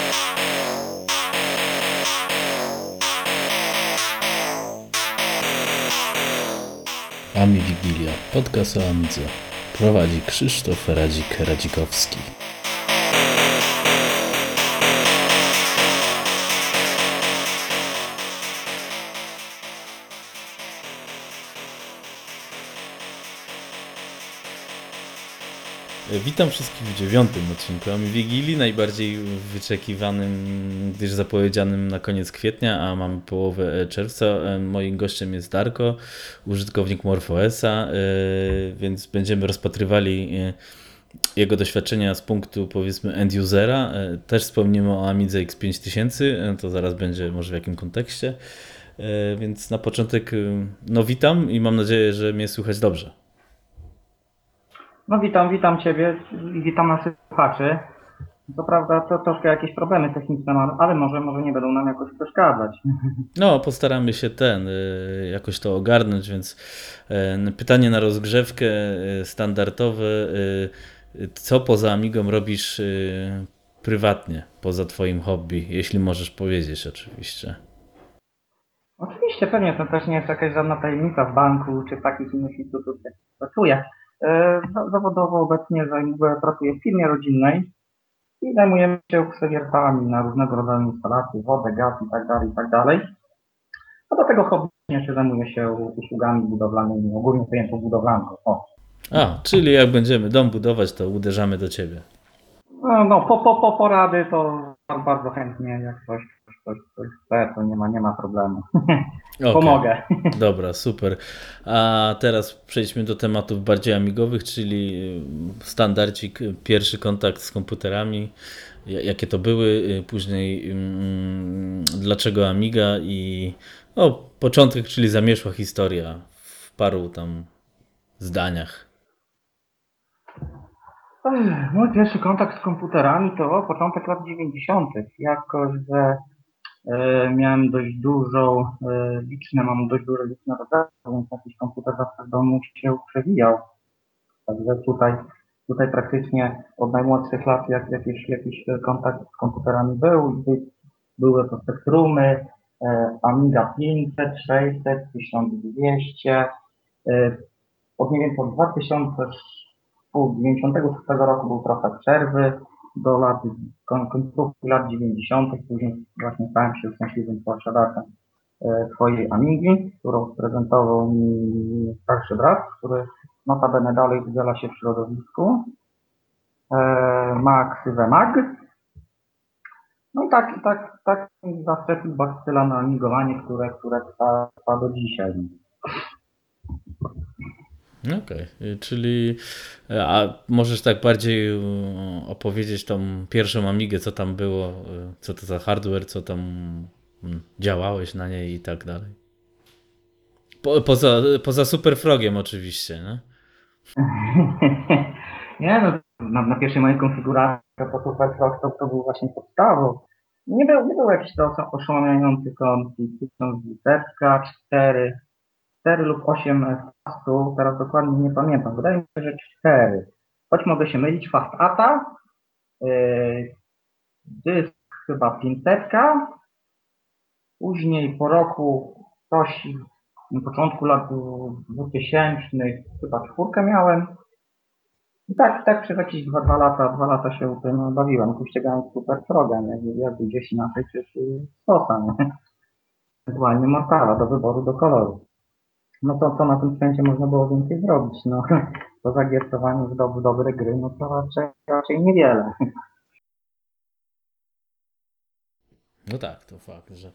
Ami Wigilia, podcast o Amidze. Prowadzi Krzysztof Radzik-Radzikowski. Witam wszystkich w 9. odcinku Ami Wigilii, najbardziej wyczekiwanym, gdyż zapowiedzianym na koniec kwietnia, a mamy połowę czerwca. Moim gościem jest Darko, użytkownik MorphOS-a, więc będziemy rozpatrywali jego doświadczenia z punktu, powiedzmy, end-usera. Też wspomnimy o Amidze X5000, to zaraz będzie może w jakim kontekście. Więc na początek, no witam i mam nadzieję, że mnie słychać dobrze. No witam Ciebie i witam naszych słuchaczy. Co prawda to troszkę jakieś problemy techniczne mam, ale może nie będą nam jakoś przeszkadzać. No, postaramy się jakoś to ogarnąć, więc pytanie na rozgrzewkę standardowe. Co poza Amigą robisz prywatnie, poza Twoim hobby, jeśli możesz powiedzieć oczywiście? Oczywiście, pewnie to też nie jest jakaś żadna tajemnica w banku czy w takich innych instytucjach. Pracuję. Zawodowo obecnie pracuję w firmie rodzinnej i zajmujemy się przewiertami na różnego rodzaju instalacje, wodę, gaz i tak dalej. A do tego hobby jeszcze zajmuję się usługami budowlanymi, ogólnie pojętą budowlanką. Czyli jak będziemy dom budować, to uderzamy do Ciebie. No, po porady to bardzo chętnie, jak ktoś chce, to nie ma problemu. Okay. Pomogę. Dobra, super. A teraz przejdźmy do tematów bardziej amigowych, czyli standardzik, pierwszy kontakt z komputerami, jakie to były, później dlaczego Amiga i początek, czyli zamierzchła historia w paru tam zdaniach. Mój pierwszy kontakt z komputerami to początek lat 90. Jako że miałem dość dużo liczne rodzaje, więc jakiś komputer zawsze w domu się przewijał. Także tutaj praktycznie od najmłodszych lat jakiś kontakt z komputerami był. Były to Spectrumy, Amiga 500, 600, 1200. Od mniej więcej 2096 roku był trochę przerwy do końcówki lat 90. Później właśnie stałem się szczęśliwym posiadaczem swojej Amigi, którą prezentował mi starszy brat, który notabene dalej udziela się w środowisku. Ma ksywę Mag. No i tak zaczepił bakcyla na amigowanie, które trwa do dzisiaj. Okej, czyli a możesz tak bardziej opowiedzieć tą pierwszą Amigę, co tam było, co to za hardware, co tam działałeś na niej i tak dalej. Poza Super Frogiem oczywiście, nie? Nie no, na pierwszej mojej konfiguracji to Super Frog to był właśnie podstawą. Nie był jakiś to oszałamiający konfig, 4 lub 8 fastów, teraz dokładnie nie pamiętam, wydaje mi się, że 4. Choć mogę się mylić, fast ATA, dysk chyba 500, później po roku coś, na początku lat 2000 chyba 4 miałem. I tak przez jakieś 2 lata się tym bawiłem, ściągając Super Froga, jak gdzieś inaczej czy Sosa, nie? Ewentualnie Mortala do wyboru, do koloru. No to na tym sprzęcie można było więcej zrobić, no. Poza giercowaniem w dobre gry, no to raczej niewiele. No tak, to fakt, że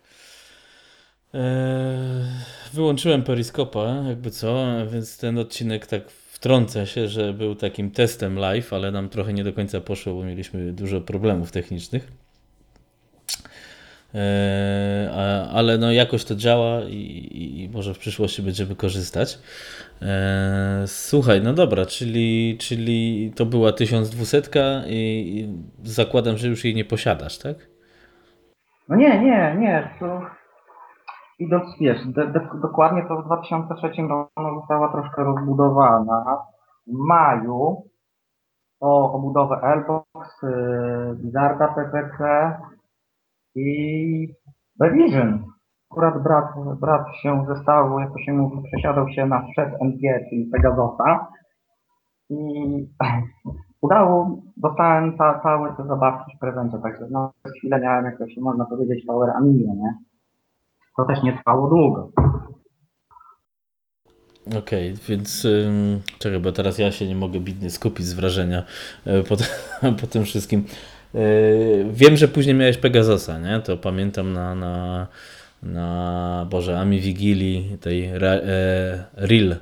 wyłączyłem Periskopa, jakby co, więc ten odcinek tak wtrąca się, że był takim testem live, ale nam trochę nie do końca poszło, bo mieliśmy dużo problemów technicznych. Ale no jakoś to działa i może w przyszłości będziemy korzystać. Słuchaj, no dobra, czyli to była 1200 i zakładam, że już jej nie posiadasz, tak? No nie. Idąc, wiesz, dokładnie to w 2003 roku została troszkę rozbudowana. W maju o budowę Elbox, Wizarda PPC, i Revision. Akurat brat się zestawu, jak to się mówi, przesiadał się na sprzęt MG, czyli Pegasusa i dostałem całe te zabawki w prezencie, także no przez chwilę miałem, jak to się można powiedzieć, Power Amiga, nie? To też nie trwało długo. Okej, więc czekaj, bo teraz ja się nie mogę bidnie skupić z wrażenia po tym wszystkim. Wiem, że później miałeś Pegasusa, nie? To pamiętam na Boże, Ami Wigilii, tej Real.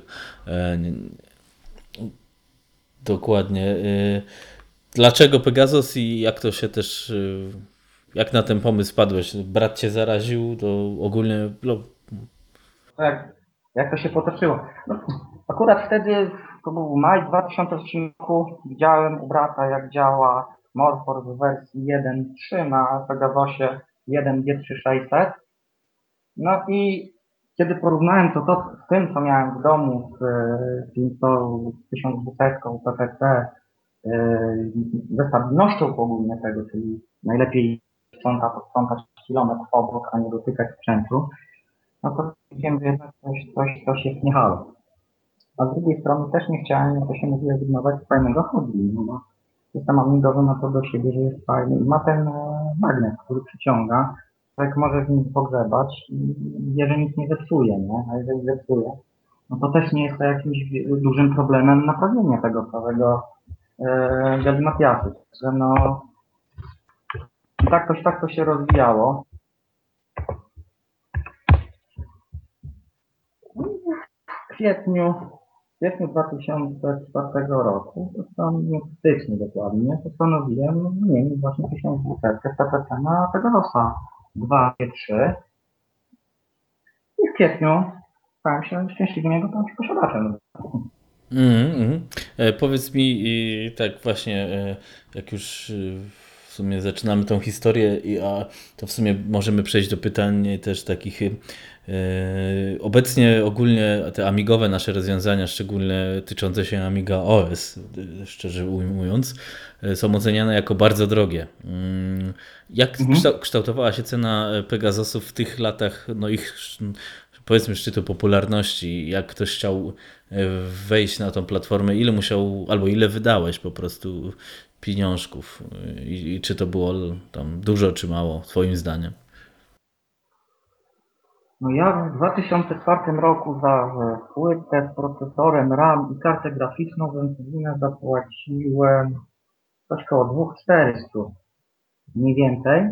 Dokładnie. Dlaczego Pegasus i jak to się też, jak na ten pomysł padłeś? Brat cię zaraził, to ogólnie, no, To jak to się potoczyło? No, akurat wtedy, to był maj 2003 roku, widziałem u brata, jak działa Morphor w wersji 1.3 na Pegasusie 1G3600. No i kiedy porównałem to z tym, co miałem w domu, z tym co 1200 PPC, ze stabilnością ogólnie tego, czyli najlepiej posprzątać kilometr obok, a nie dotykać sprzętu, no to wiem, że jednak coś jest nie halo. A z drugiej strony też nie chciałem, jak to się mówi, rezygnować z fajnego hobby, no bo system amigowy ma to do siebie, że jest fajny i ma ten magnes, który przyciąga, człowiek może w nim pogrzebać i wie, że nic nie zepsuje, nie? A jeżeli zepsuje, no to też nie jest to jakimś dużym problemem naprawienia tego całego galimatiasu. Że no, tak to się rozwijało. W kwietniu 2004 roku, w styczniu dokładnie, postanowiłem wymienić właśnie 1200 PPC na Pegasusa 2.3 i w kwietniu stałem się szczęśliwym jego posiadaczem. Powiedz mi tak właśnie, jak już w sumie zaczynamy tą historię, to w sumie możemy przejść do pytań też takich obecnie ogólnie te amigowe nasze rozwiązania, szczególnie tyczące się Amiga OS, szczerze ujmując, są oceniane jako bardzo drogie. Jak kształtowała się cena Pegasusów w tych latach, no ich powiedzmy szczytu popularności, jak ktoś chciał wejść na tą platformę, ile musiał, albo ile wydałeś po prostu pieniążków i czy to było tam dużo czy mało twoim zdaniem? No ja w 2004 roku za płytę z procesorem RAM i kartę graficzną Wędrowinę zapłaciłem coś koło 2400, mniej więcej.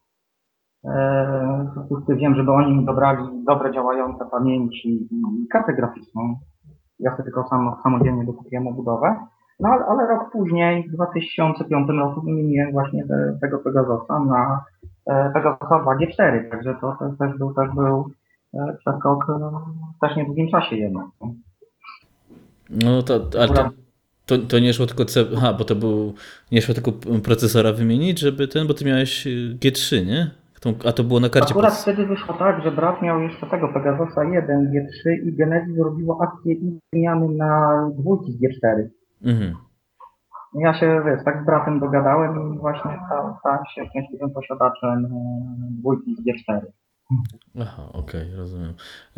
W związku z tym wiem, żeby oni mi dobrali dobre działające pamięci i kartę graficzną. Ja sobie tylko samodzielnie dokupiłem obudowę. No ale rok później, w 2005 roku, wymieniłem właśnie tego Pegasusa na Pegasusa 2G4, także to też był przeskok w też niedługim czasie jednak. No to, ale to nie szło tylko bo to był, nie szło tylko procesora wymienić, żeby bo ty miałeś G3, nie? A to było na karcie. Akurat wtedy wyszło tak, że brat miał jeszcze tego Pegasusa 1 G3 i Genesis zrobiło akcję i zmiany na dwójki z G4. Ja się, tak z bratem dogadałem i właśnie stałem się szczęśliwym posiadaczem dwójki z G4. Aha, okej, rozumiem.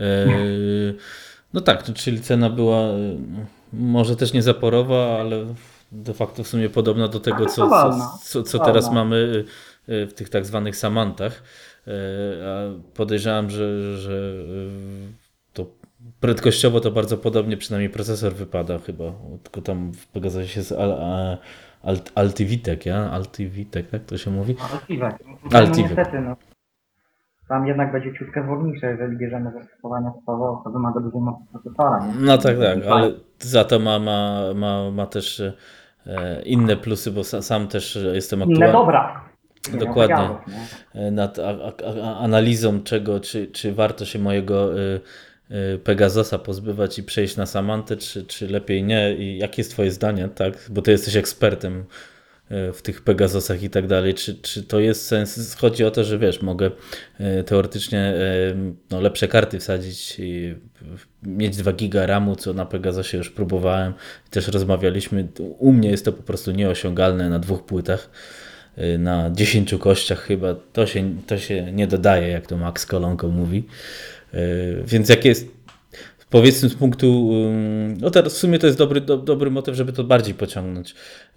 No tak, czyli cena była może też nie zaporowa, ale de facto w sumie podobna do tego, co teraz mamy w tych tak zwanych Samantach. Podejrzewam, że to prędkościowo to bardzo podobnie, przynajmniej procesor wypada chyba, tylko tam w Pegasusie jest Altivitek, ja? Altivitek, jak to się mówi? Altivitek. Niestety, tam jednak będzie ciutkę wolniejsze, jeżeli bierzemy zastosowania podstawowe, to wymaga dużej mocy procesora. Nie? No tak, ale za to ma też inne plusy, bo sam też jestem aktualnie. Inne dobra. Dokładnie. Nad analizą czego, czy warto się mojego Pegasusa pozbywać i przejść na Samantę, czy lepiej nie? I jakie jest twoje zdanie, tak? Bo ty jesteś ekspertem w tych Pegasusach i tak dalej. Czy to jest sens? Chodzi o to, że wiesz, mogę teoretycznie lepsze karty wsadzić i mieć 2 giga RAMu, co na Pegasusie już próbowałem. Też rozmawialiśmy. U mnie jest to po prostu nieosiągalne na 2 płytach. na 10 kościach chyba, to się nie dodaje, jak to Max Kolonko mówi. Więc jakie jest, powiedzmy z punktu, no teraz w sumie to jest dobry motyw, żeby to bardziej pociągnąć.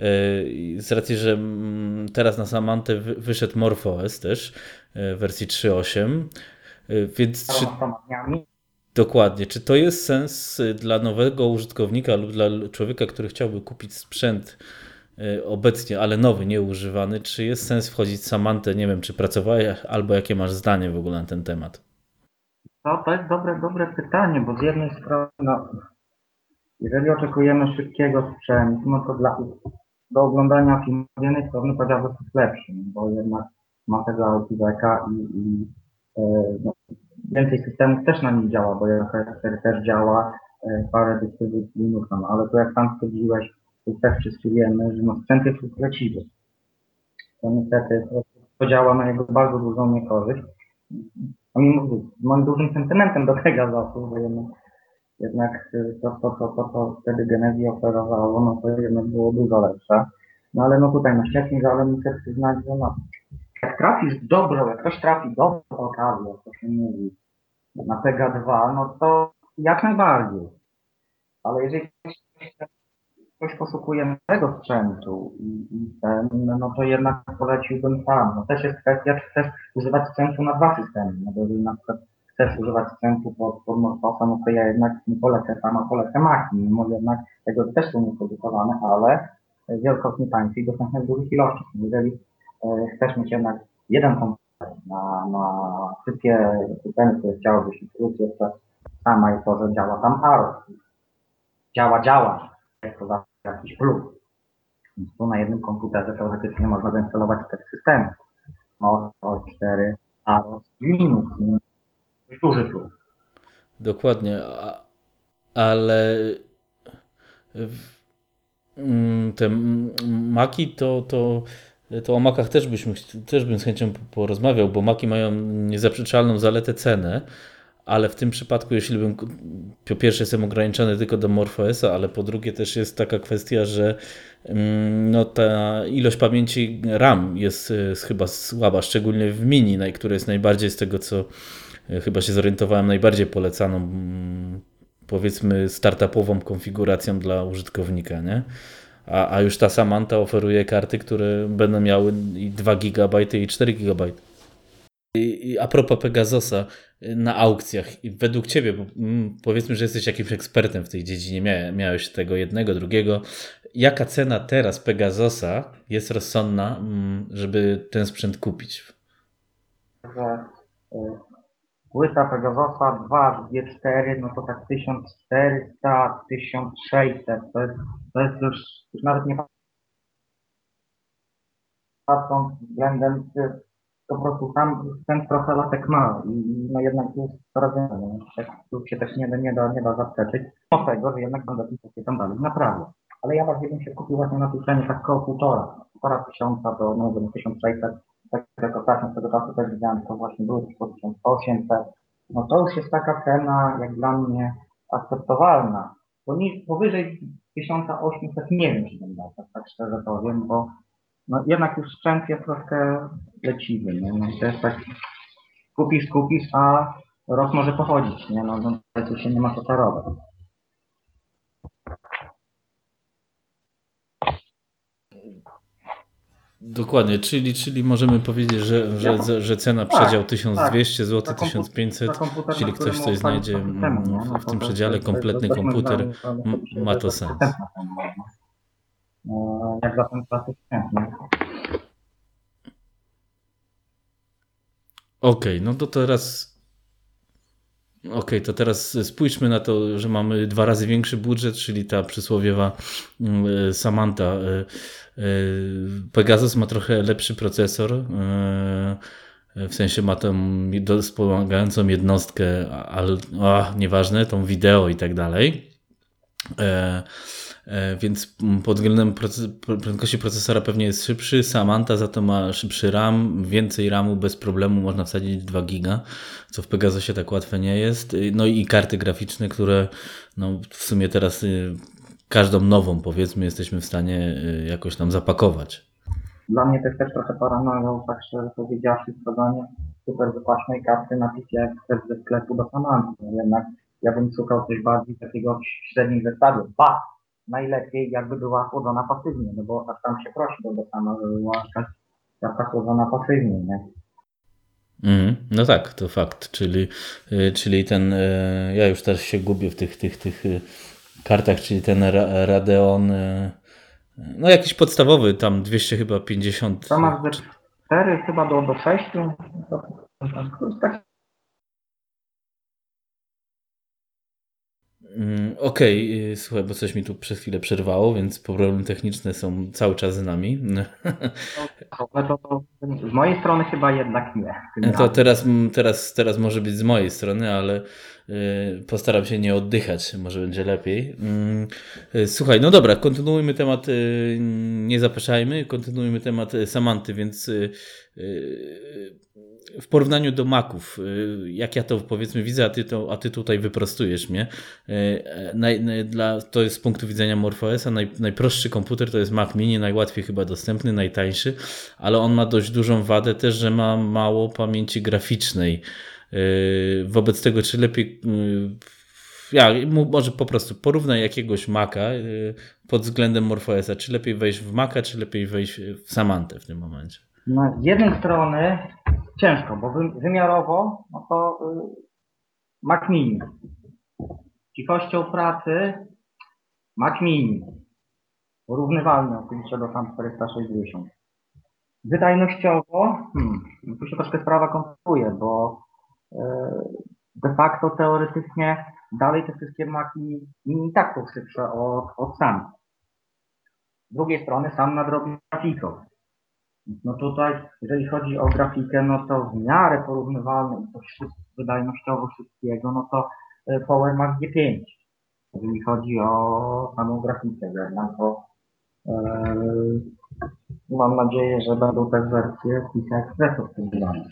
Z racji, że teraz na Samantę wyszedł MorphOS też w wersji 3.8, więc dokładnie, czy to jest sens dla nowego użytkownika lub dla człowieka, który chciałby kupić sprzęt obecnie, ale nowy, nieużywany, czy jest sens wchodzić w Samantę? Nie wiem, czy pracowałeś, albo jakie masz zdanie w ogóle na ten temat? To jest dobre pytanie, bo z jednej strony, no, jeżeli oczekujemy szybkiego sprzętu, no to do oglądania filmu z jednej strony Pegasus jest lepszy, bo jednak ma tego Outbacka i no, więcej systemów też na nim działa, bo PS4 też działa, parę dystrybucji Linuxa, no ale to jak sam stwierdziłeś, to też wszyscy wiemy, że no, sprzęt jest leciwy. To niestety to działa na jego bardzo dużą niekorzyść. Moim dużym sentymentem do Pegasusu, bo jednak to wtedy Genezi oferowało, no to jednak było dużo lepsze. No ale no tutaj no ścieżki, ale muszę przyznać, że no, jak ktoś trafi dobrą okazję, jak to się mówi, na Pega 2, no to jak najbardziej. Ale jeżeli ktoś poszukuje nowego sprzętu no to jednak poleciłbym sam. No też jest kwestia, czy chcesz używać sprzętu na dwa systemy. No bo jeżeli na przykład chcesz używać sprzętu pod MorphOSa, no to ja jednak nie polecę sama, polecę Maci. Mimo jednak tego też są nieprodukowane, ale wielokrotnie tańsze i dostępne w dużych ilościach. Jeżeli chcesz mieć jednak jeden komputer na wszystkie systemy, które chciałbyś, plus jeszcze sama i to, że działa tam AROS. Działa. Jest to zawsze jakiś plus. Więc tu na jednym komputerze teoretycznie można zainstalować 4 systemy. MOS 4, AROS, Linux. To jest duży plus. Dokładnie, ale te Maki to o Macach też bym z chęcią porozmawiał, bo Maki mają niezaprzeczalną zaletę cenę, ale w tym przypadku, jeśli bym, po pierwsze jestem ograniczony tylko do MorphOSa, ale po drugie też jest taka kwestia, że no ta ilość pamięci RAM jest chyba słaba, szczególnie w mini, które jest najbardziej z tego, co chyba się zorientowałem, najbardziej polecaną, powiedzmy, startupową konfiguracją dla użytkownika, nie? A już ta Samantha oferuje karty, które będą miały i 2 GB i 4 GB. I a propos Pegasusa na aukcjach, i według Ciebie, bo powiedzmy, że jesteś jakimś ekspertem w tej dziedzinie, miałeś tego jednego, drugiego, jaka cena teraz Pegasusa jest rozsądna, żeby ten sprzęt kupić? Płyta Pegasusa 2 w G4, no to tak 1400, 1600, to jest już nawet nie patrząc względem, po prostu tam ten trochę latek ma i no jednak tu jest coraz więcej, tu się też nie da zaprzeczyć, o tego, że jednak będę się tam dalej naprawiać. Ale ja bardziej bym się kupił właśnie na tej cenie tak koło półtora tysiąca do no, 1600, tak jak ostatnio z tego czasu też widziałem, to właśnie było po 1800. No to już jest taka cena, jak dla mnie, akceptowalna. Powyżej 1800 nie wiem, czy będę tak szczerze powiem, bo no jednak już sprzęt jest troszkę leciwy, nie? No to jest tak, kupisz, a rok może pochodzić, nie? No tu się nie ma co czarować. Dokładnie, czyli możemy powiedzieć, że cena przedział 1200 zł, 1500, jeśli ktoś coś znajdzie w tym przedziale, kompletny komputer, ma to sens. Jak za ten czas jest chętny. Okej, no to teraz spójrzmy na to, że mamy 2 razy większy budżet, czyli ta przysłowiowa Samantha. Pegasus ma trochę lepszy procesor, w sensie ma tą wspomagającą jednostkę, ale nieważne, tą wideo i tak dalej. Więc pod względem prędkości procesora pewnie jest szybszy. Samantha za to ma szybszy RAM, więcej RAMu bez problemu, można wsadzić 2 giga, co w Pegasusie tak łatwe nie jest. No i karty graficzne, które no w sumie teraz każdą nową, powiedzmy, jesteśmy w stanie jakoś tam zapakować. Dla mnie to jest też trochę paranoją, tak szczerze powiedziawszy, sprzedanie super wypacznej karty na picie ekspres ze sklepu do Samanty. No jednak ja bym szukał coś bardziej takiego w średnim zestawie. Najlepiej jakby była chłodzona pasywnie, no bo aż tam się prosi do sama, żeby była jakaś karta chłodzona pasywnie, nie? No tak, to fakt, czyli ten, ja już też się gubię w tych kartach, czyli ten Radeon, no jakiś podstawowy, tam 200 chyba 50. To masz ze 4 chyba do 6. To jest tak. Okej, słuchaj, bo coś mi tu przez chwilę przerwało, więc problemy techniczne są cały czas z nami. To z mojej strony chyba jednak nie. To teraz może być z mojej strony, ale postaram się nie oddychać, może będzie lepiej. Słuchaj, no dobra, kontynuujmy temat, nie zapeszajmy, kontynuujmy temat Samanty, więc w porównaniu do Maców, jak ja to powiedzmy widzę, a ty tutaj wyprostujesz mnie, to jest z punktu widzenia MorphOS-a najprostszy komputer to jest Mac Mini, najłatwiej chyba dostępny, najtańszy, ale on ma dość dużą wadę też, że ma mało pamięci graficznej. Wobec tego, czy lepiej, może po prostu porównaj jakiegoś Maca pod względem MorphOS-a, czy lepiej wejść w Maca, czy lepiej wejść w Samantę w tym momencie? No, z jednej strony ciężko, bo wymiarowo no to Mac Mini. Cichością pracy Mac Mini. Porównywalny oczywiście do tam 460. Wydajnościowo, tu się troszkę sprawa komplikuje, bo de facto teoretycznie dalej te wszystkie Maci i tak są szybsze od sam. Z drugiej strony sam nadrobi grafiką. No tutaj, jeżeli chodzi o grafikę, no to w miarę porównywalne i to wydajnościowo wszystkiego, no to Power Mac G5. Jeżeli chodzi o samą grafikę, jednak to mam nadzieję, że będą też wersje PCI Expressu wprowadzone.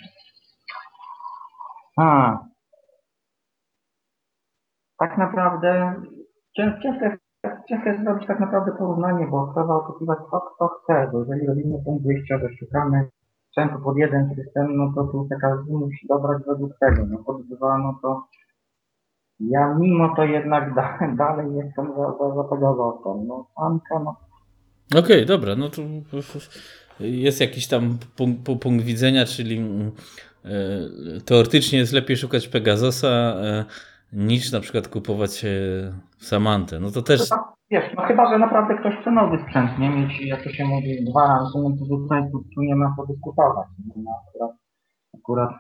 Tak naprawdę ciężko jest zrobić tak naprawdę porównanie, bo trzeba oczekiwać kto chce, bo jeżeli robimy punkt wyjścia, że szukamy sprzętu pod jeden system, no to tu każdy musi dobrać według tego, no pod dwa, no to ja mimo to jednak dalej jestem za Pegasosem, no Anka, no. Okej, dobra, no to jest jakiś tam punkt widzenia, czyli teoretycznie jest lepiej szukać Pegasosa niż na przykład kupować Samantę. No to też... Wiesz, no chyba, że naprawdę ktoś chce nowy sprzęt, nie mieć, jak to się mówi, gwarancji, no to tutaj tu nie ma co dyskutować. No, akurat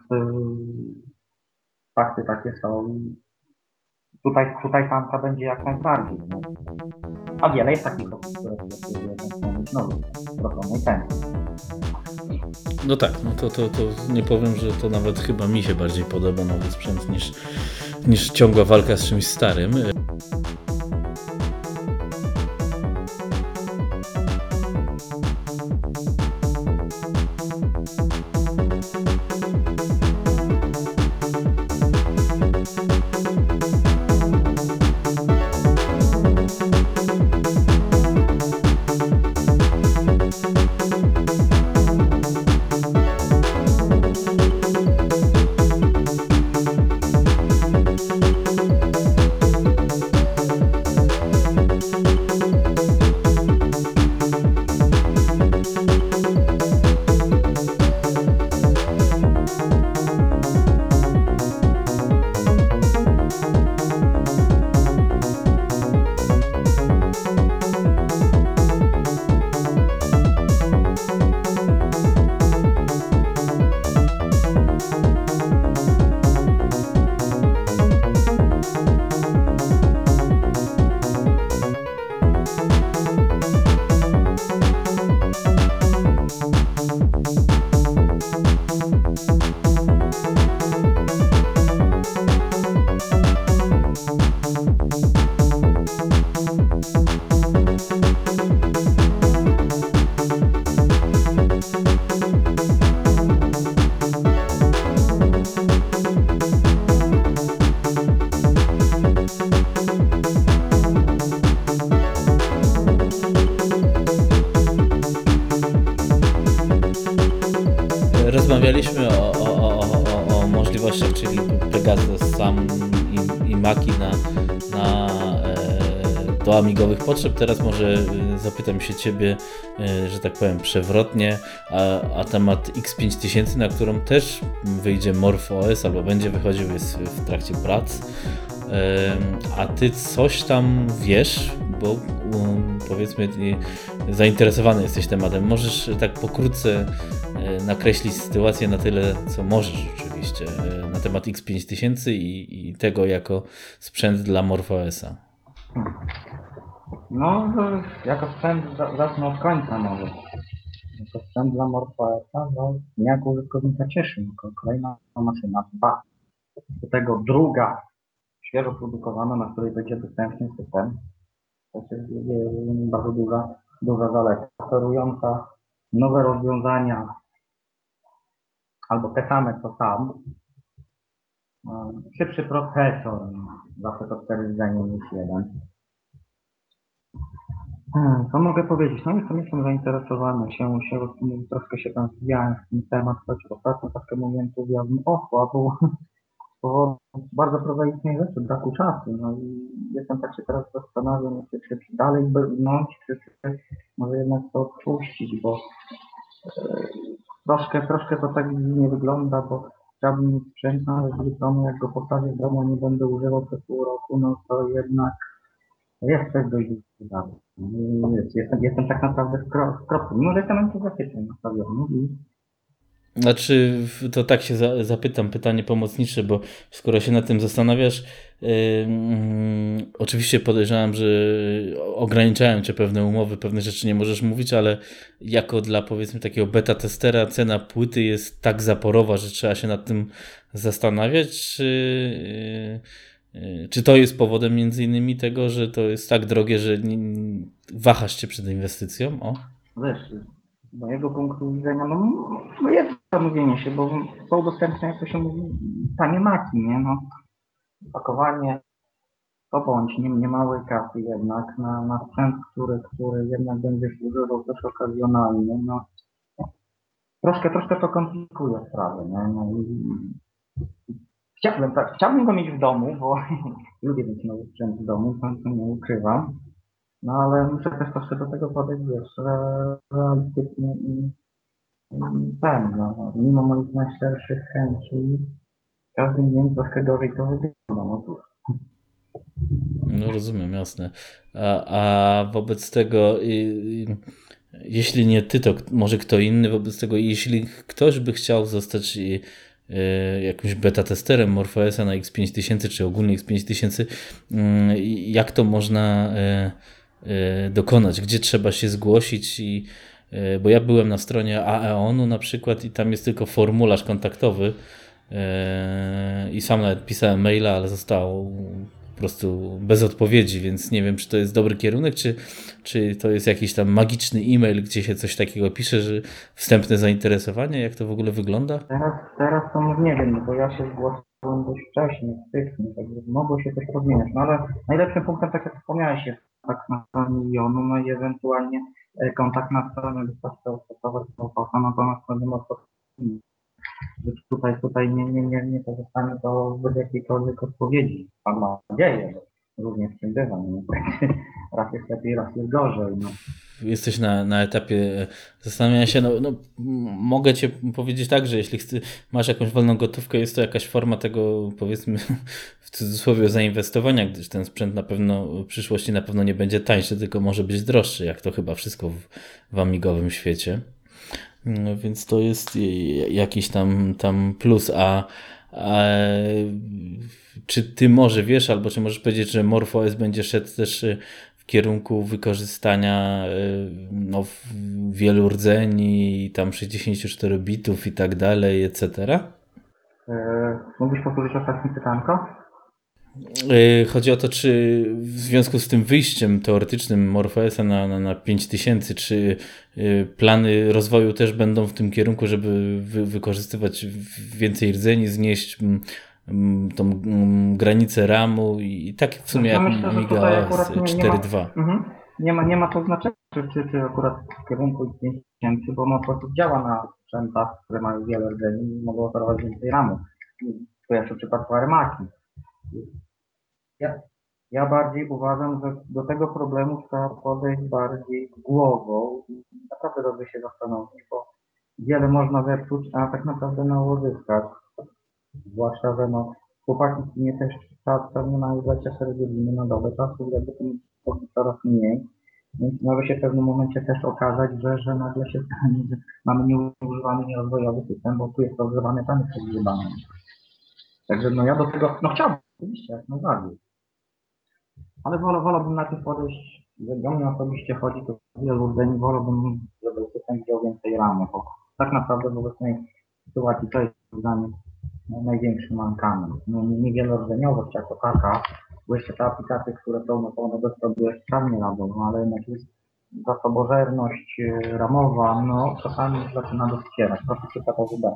fakty takie są i tutaj Samka będzie jak najbardziej. No. A wiele jest takich osób, które chcą mieć nowy, proponej ceny. No tak, no to nie powiem, że to nawet chyba mi się bardziej podoba nowy sprzęt niż ciągła walka z czymś starym. rozmawialiśmy o możliwościach, czyli Pegasus sam i Maki do amigowych potrzeb. Teraz może zapytam się Ciebie, że tak powiem przewrotnie, a temat X5000, na którą też wyjdzie MorphOS albo będzie wychodził, jest w trakcie prac. A Ty coś tam wiesz, bo powiedzmy zainteresowany jesteś tematem. Możesz tak pokrótce nakreślić sytuację na tyle, co możesz oczywiście, na temat X5000 i tego jako sprzęt dla MorphOS-a. No, jako sprzęt zacznę od końca może. Jako sprzęt dla MorphOS-a, no, mnie jako użytkownika cieszy. Jako kolejna maszyna, dwa. Do tego druga, świeżo produkowana, na której będzie dostępny system. To jest bardzo duża zaleta. Oferująca nowe rozwiązania, albo te same co sam. Szybszy procesor, zawsze to 4 rdzenie niż jeden. Co mogę powiedzieć? No jestem zainteresowany, troszkę się tam zwijałem w ten temat, choć ostatnio troszkę entuzjazm osłabł z powodu bardzo prozaicznej rzeczy, braku czasu. No i jestem tak się teraz zastanawiam, czy dalej brnąć, czy może jednak to odpuścić, bo troszkę to tak nie wygląda, bo chciałbym mieć sprzęt nawet w domu, jak go postawię w domu, nie będę używał przez pół roku, no to jednak jest coś dość dużego. Jestem tak naprawdę w kropce. Mimo, że jestem entuzjastycznie nastawiony. Znaczy, to tak się zapytam, pytanie pomocnicze, bo skoro się nad tym zastanawiasz, oczywiście podejrzewam, że ograniczają Cię pewne umowy, pewne rzeczy nie możesz mówić, ale jako dla powiedzmy takiego beta testera cena płyty jest tak zaporowa, że trzeba się nad tym zastanawiać, czy to jest powodem między innymi tego, że to jest tak drogie, że wahasz się przed inwestycją? O. Wiesz, z mojego punktu widzenia, no jest zamówienie się, bo są dostępne, jak to się mówi, tanie maki, nie? No, pakowanie to bądź niemałej kasy jednak na sprzęt, który jednak będziesz używał też okazjonalnie, no. Troszkę to komplikuje sprawę, nie? No i chciałbym go mieć w domu, bo lubię mieć nowy sprzęt w domu, to nie ukrywam. No ale muszę też troszkę do tego podejść, wiesz, realistycznie i mimo moich najszerszych chęci, każdym dniem troszkę gorzej to wygląda. No cóż. No rozumiem, jasne. A wobec tego, jeśli nie ty, to może kto inny, wobec tego, jeśli ktoś by chciał zostać jakimś beta testerem MorphOS-a na X5000 czy ogólnie X5000, jak to można dokonać? Gdzie trzeba się zgłosić? Bo ja byłem na stronie AEON-u na przykład i tam jest tylko formularz kontaktowy i sam nawet pisałem maila, ale został po prostu bez odpowiedzi, więc nie wiem, czy to jest dobry kierunek, czy to jest jakiś tam magiczny e-mail, gdzie się coś takiego pisze, że wstępne zainteresowanie, jak to w ogóle wygląda? Teraz to już nie wiem, bo ja się zgłosiłem dość wcześnie, w styczniu, także mogło się coś pozmieniać. No ale najlepszym punktem, tak jak wspomniałeś, jest kontakt na stronie Milionu, no i ewentualnie kontakt na stronie wystarczy stosować natomiast to nie ma tutaj nie pozostanie to bez jakiejkolwiek odpowiedzi. Mam nadzieję, że również w tym bywa. No. Raz jest lepiej, raz jest gorzej. No. Jesteś na etapie zastanawiania się, mogę Cię powiedzieć tak, że jeśli masz jakąś wolną gotówkę, jest to jakaś forma tego, powiedzmy w cudzysłowie, zainwestowania, gdyż ten sprzęt na pewno w przyszłości na pewno nie będzie tańszy, tylko może być droższy, jak to chyba wszystko w amigowym świecie. No, więc to jest jakiś tam plus, a czy ty może wiesz, albo czy możesz powiedzieć, że MorphOS będzie szedł też w kierunku wykorzystania wielu rdzeni, tam 64 bitów i tak dalej, etc.? Mógłbyś powtórzyć ostatnie pytanko? Chodzi o to, czy w związku z tym wyjściem teoretycznym MorphOS-a na 5000, czy plany rozwoju też będą w tym kierunku, żeby wykorzystywać więcej rdzeni, znieść tą granicę RAM-u i tak w sumie jak myślę, Amiga OS 4.2. Nie ma to znaczenia, czy akurat w kierunku 5000, bo on po prostu działa na sprzętach, które mają wiele rdzeni i mogą oferować więcej ramu. To jeszcze w przypadku Armaki. Ja, ja bardziej uważam, że do tego problemu trzeba podejść bardziej głową i naprawdę dobrze się zastanowić, bo wiele można zepsuć, a tak naprawdę mało zyskać. Zwłaszcza, że no, chłopaki nie też pewnie mają 24 godziny na dobę czasu, jakby tym coraz mniej. Więc może się w pewnym momencie też okazać, że nagle się stanie, że mamy nieużywany, nierozwojowy system, bo tu jest rozgrzewany tam jest rozgrzewany. Także no ja do tego, no chciałbym, oczywiście, jak najbardziej. Ale wolałbym najpierw podejść, że do mnie osobiście chodzi, to wielu rdzeni, wolałbym, żeby system wziął więcej ramy, bo tak naprawdę w obecnej sytuacji to jest dla mnie największy mankament. No, niewiele rdzeniowość jako taka, bo jeszcze te aplikacje, które są, no to one bez sobie sprawnie radzą, no ale jednak jest zasobożerność ramowa, no czasami zaczyna doskwierać. Proszę przykładowo dać.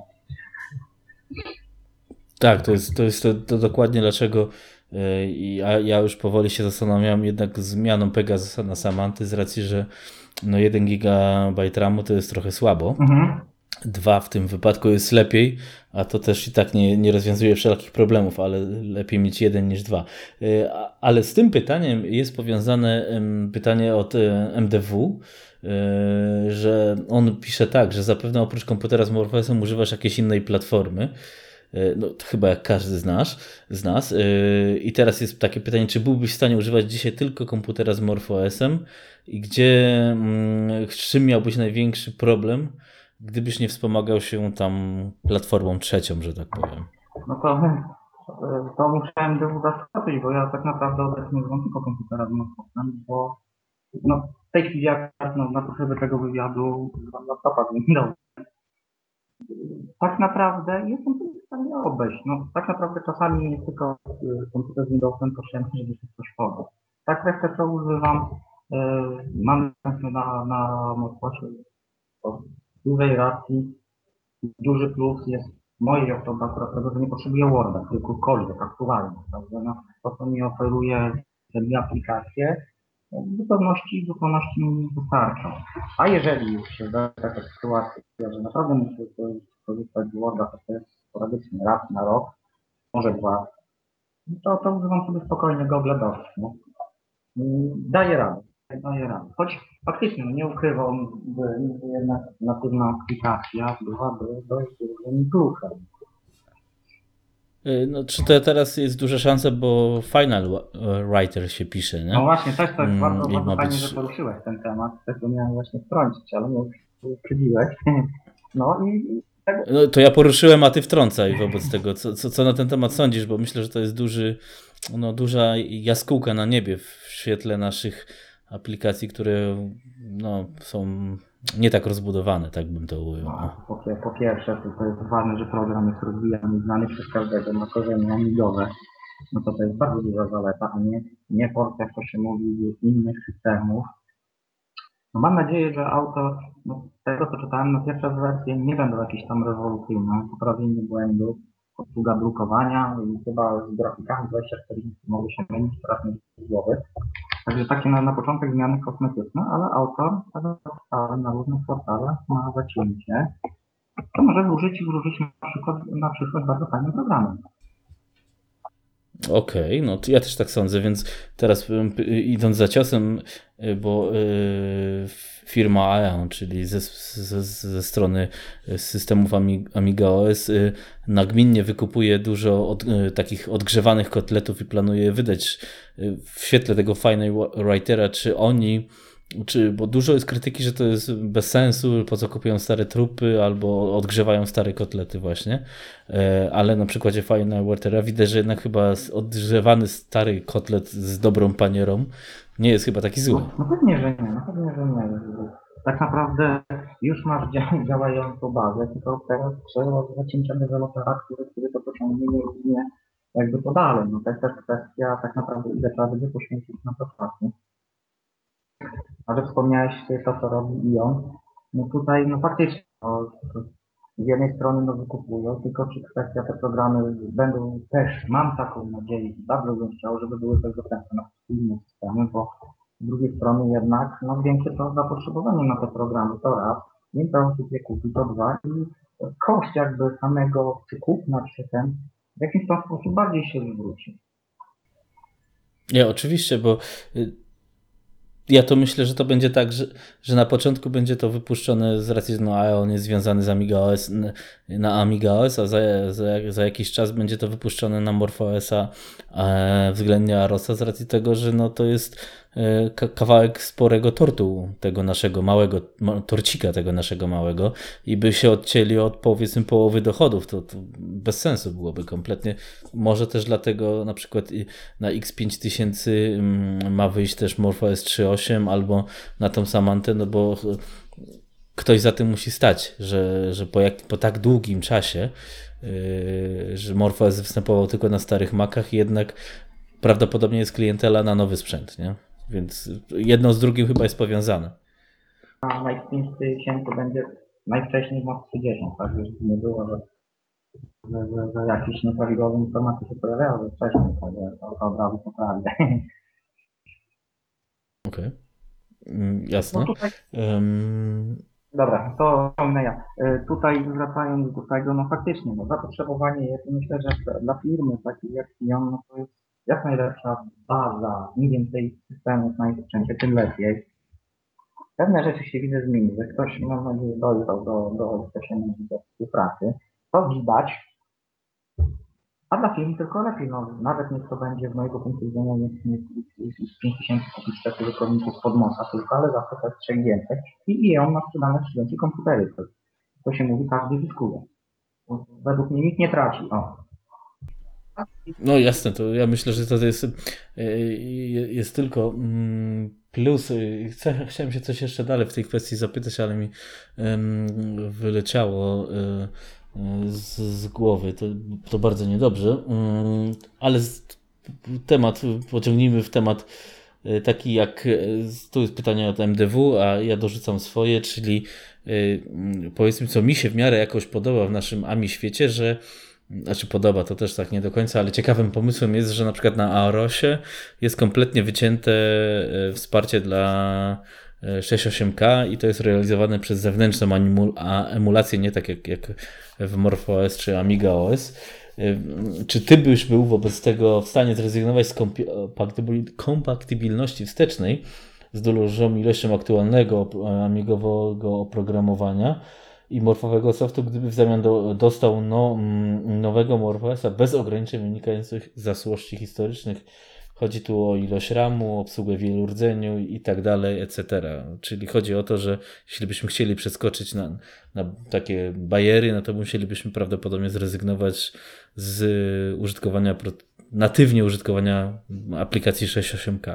Tak, to dokładnie dlaczego ja już powoli się zastanawiam jednak zmianą Pegasusa na Samanty z racji, że no 1 GB RAMu to jest trochę słabo. 2 w tym wypadku jest lepiej, a to też i tak nie rozwiązuje wszelkich problemów, ale lepiej mieć 1 niż 2. Ale z tym pytaniem jest powiązane pytanie od MDW, że on pisze tak, że zapewne oprócz komputera z MorphOS-em używasz jakiejś innej platformy. No, to chyba jak każdy z nas. I teraz jest takie pytanie, czy byłbyś w stanie używać dzisiaj tylko komputera z MorphOS-em i z czym miałbyś największy problem, gdybyś nie wspomagał się tam platformą trzecią, że tak powiem? No to musiałem zaskoczyć, bo ja tak naprawdę obecnie używam tylko komputera z MorphOS-em, bo no, w tej chwili jak na potrzeby tego wywiadu używam laptopa z Windows. Tak naprawdę jestem w stanie obejść. No, tak naprawdę czasami nie tylko komputer z Windowsem potrzebny, żeby się coś podać. Tak resztę co używam, mam na MorphOSie w dużej racji. Duży plus jest mojej osoby akurat tego, że nie potrzebuję Worda, którkolwiek aktualnie. Także no, to, co mi oferuje te dwie aplikacje, w zupełności mi wystarczą. A jeżeli już się zdarza taka sytuacja, że naprawdę muszę korzystać z Worda, to jest sporadycznie raz na rok, może dwa, to używam sobie spokojnie Google Docs. No. Daje radę. Choć faktycznie, no nie ukrywam, że jednak natywna aplikacja byłaby dość dużym plusem. No, czy to teraz jest duża szansa, bo Final Writer się pisze, nie? No właśnie, też to jest bardzo ma fajnie, być... że poruszyłeś ten temat. Też go miałem właśnie wtrącić, ale mnie uprzedziłeś. No i tego... No, to ja poruszyłem, a ty wtrącaj wobec tego. Co na ten temat sądzisz? Bo myślę, że to jest duża jaskółka na niebie w świetle naszych aplikacji, które są nie tak rozbudowane, tak bym to ujął. Po pierwsze, to jest ważne, że program jest rozwijany, znany przez każdego, ma korzenie amigowe. No to jest bardzo duża zaleta, a nie port, jak to się mówi, z innych systemów. No mam nadzieję, że auto, z tego co czytałem, pierwsze wersje nie będą jakieś tam rewolucyjne, poprawienie błędów, obsługa drukowania i chyba z grafikami 24 mogły się mylić, teraz nie z głowy. Także takie na początek zmiany kosmetyczne, ale autor na różnych portalach ma zacięcie, to może wróżyć na przyszłość bardzo fajnym programem. Okej, no to ja też tak sądzę, więc teraz idąc za ciosem, bo firma Aeon, czyli ze strony systemów Amiga OS, nagminnie wykupuje dużo takich odgrzewanych kotletów i planuje wydać w świetle tego Final Writera, bo dużo jest krytyki, że to jest bez sensu, po co kupują stare trupy albo odgrzewają stare kotlety właśnie, ale na przykładzie Final Writera widać, że jednak chyba odgrzewany stary kotlet z dobrą panierą nie jest chyba taki zły. No pewnie, że nie. Tak naprawdę już masz działającą bazę, tylko teraz trzeba zacięcia dewelopera, który to pociągnie nie jakby to dalej. No to jest też kwestia tak naprawdę, ile trzeba będzie poświęcić na to czasu. A że wspomniałeś to, co robi Ion, no tutaj, no faktycznie, z jednej strony wykupują, tylko czy kwestia te programy będą też, mam taką nadzieję, bardzo bym chciał, żeby były też dostępne na inne systemy, bo Z drugiej strony jednak no, większe to zapotrzebowanie na te programy, to raz, więcej osób je kupi, to dwa i koszt jakby samego czy kupna, czy ten w jakiś tam sposób bardziej się zwróci. Nie, oczywiście, bo ja to myślę, że to będzie tak, że na początku będzie to wypuszczone z racji, że no, on jest związany z Amiga OS na Amiga OS, a za jakiś czas będzie to wypuszczone na MorphOS-a względnie Arosa z racji tego, że no, to jest kawałek sporego tortu tego naszego małego, torcika tego naszego małego i by się odcięli od powiedzmy połowy dochodów, to bez sensu byłoby kompletnie. Może też dlatego na przykład na X5000 ma wyjść też MorphOS 3.8 albo na tą Samantę, no bo ktoś za tym musi stać, że po tak długim czasie, że MorphOS występował tylko na starych Macach, jednak prawdopodobnie jest klientela na nowy sprzęt, nie? Więc jedno z drugim chyba jest powiązane. A na X5000 to będzie najwcześniej MOS 30, tak, żeby nie było, że jakieś nieprawidłowe informacje się pojawiały wcześniej, także to od razu poprawię. Okej. No Jasne. tutaj dobra, to wspomnę ja. Tutaj wracając do tego, no faktycznie, no zapotrzebowanie jest, myślę, że dla firmy takiej jak Sion, no to jest jak najlepsza baza, im więcej systemów na ich sprzęcie, tym lepiej. Pewne rzeczy się widzę zmieni, że ktoś, mam nadzieję, dojrzał do współpracy. To widać, a dla firmy tylko lepiej, no nawet niech to będzie z mojego punktu widzenia nie 5000 kupić takiego wykonników pod moca tylko, ale zawsze to jest 3 więcej i on ma sprzedane 3 więcej komputery. To się mówi, każdy zyskuje. Według mnie nikt nie traci. O. No jasne, to ja myślę, że to jest tylko plus. Chciałem się coś jeszcze dalej w tej kwestii zapytać, ale mi wyleciało z głowy. To bardzo niedobrze. Ale pociągnijmy w temat taki jak, tu jest pytanie od MDW, a ja dorzucam swoje, czyli powiedzmy, co mi się w miarę jakoś podoba w naszym AMI świecie, że znaczy podoba, to też tak nie do końca, ale ciekawym pomysłem jest, że na przykład na Aorosie jest kompletnie wycięte wsparcie dla 6.8K i to jest realizowane przez zewnętrzną emulację, nie tak jak w MorphOS czy Amiga OS. Czy ty byś był wobec tego w stanie zrezygnować z kompatybilności wstecznej z dużą ilością aktualnego amigowego oprogramowania i morfowego softu, gdyby w zamian dostał nowego MorphOS-a bez ograniczeń wynikających z zaszłości historycznych? Chodzi tu o ilość RAMu, obsługę wielu rdzeniu i tak dalej, etc. Czyli chodzi o to, że jeśli byśmy chcieli przeskoczyć na takie bariery, no to musielibyśmy prawdopodobnie zrezygnować z natywnie użytkowania aplikacji 6.8K.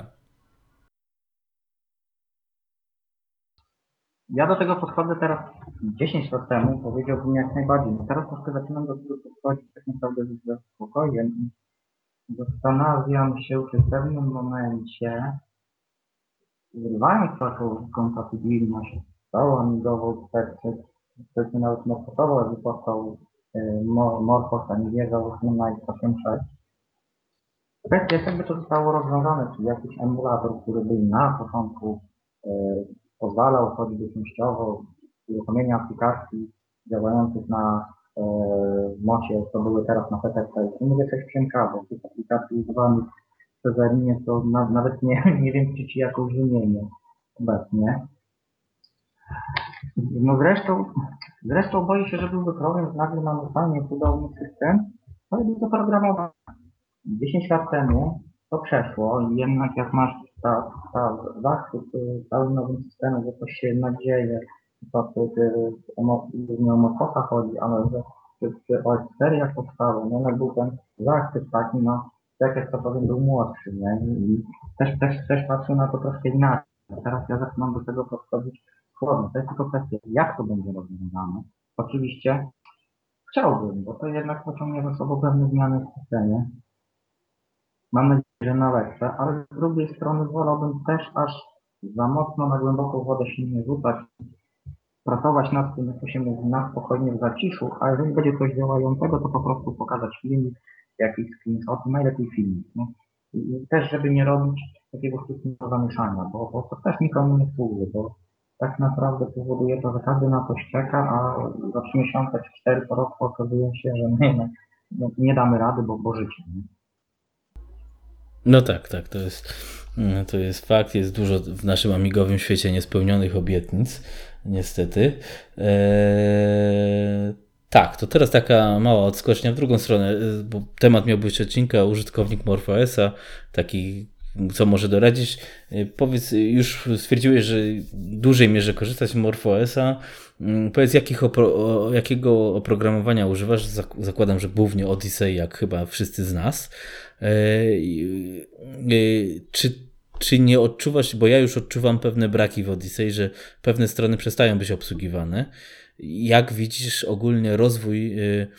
Ja do tego podchodzę teraz 10 lat temu, powiedziałbym jak najbardziej. No teraz troszkę zaczynam do tego podchodzić tak naprawdę ze spokojem i zastanawiam się, czy w pewnym momencie, zrywając taką kompatybilność całą amigową, wtedy nawet Microsoftowo wypłacał Morphos, a nie wierzał na X86. Kwestia jest, jakby to zostało rozwiązane, czyli jakiś emulator, który by na początku pozwalał choćby częściowo uruchomienie aplikacji działających na mocie, co były teraz na PTC. I mówię coś przemkało, tych aplikacji używanych przez linię, to nawet nie wiem, czy ci jakąś wymienię obecnie. No zresztą boję się, że byłby problem, że nagle mamy fajnie cudowny system, ale był zaprogramowany. 10 lat temu to przeszło i jednak jak masz zachwyt całym nowym systemem, że coś się nadzieje, to nie o Morphosa chodzi, ale że przy OS4 jak powstało, no jednak był ten zachwyt taki, no tak jak to powiem, był młodszy, nie? I też patrzę na to troszkę inaczej. Teraz ja zaczynam do tego podchodzić chłodno. To jest tylko kwestia, jak to będzie rozwiązane. Oczywiście chciałbym, bo to jednak pociągnie za sobą pewne zmiany w systemie. Mam nadzieję, że na lepsze, ale z drugiej strony wolałbym też aż za mocno na głęboką wodę się nie rzucać, pracować nad tym, jak to się mówi, na spokojnie w zaciszu, a jeżeli będzie coś działającego, to po prostu pokazać filmik, jakiś screenshot, najlepiej filmik. No. I też, żeby nie robić takiego sztucznego zamieszania, bo to też nikomu nie służy, bo tak naprawdę powoduje to, że każdy na coś czeka, a za 3 miesiące czy 4 po roku okazuje się, że nie damy rady, bo życie. Nie? No tak, tak, to jest fakt. Jest dużo w naszym amigowym świecie niespełnionych obietnic, niestety. Tak, to teraz taka mała odskocznia w drugą stronę, bo temat miał być odcinka użytkownik MorphOS-a, taki co może doradzić. Powiedz, już stwierdziłeś, że w dużej mierze korzystasz z MorphOS-a. Powiedz, jakiego oprogramowania używasz? Zakładam, że głównie Odyssey, jak chyba wszyscy z nas. Czy nie odczuwasz, bo ja już odczuwam pewne braki w Odyssey, że pewne strony przestają być obsługiwane. Jak widzisz ogólnie rozwój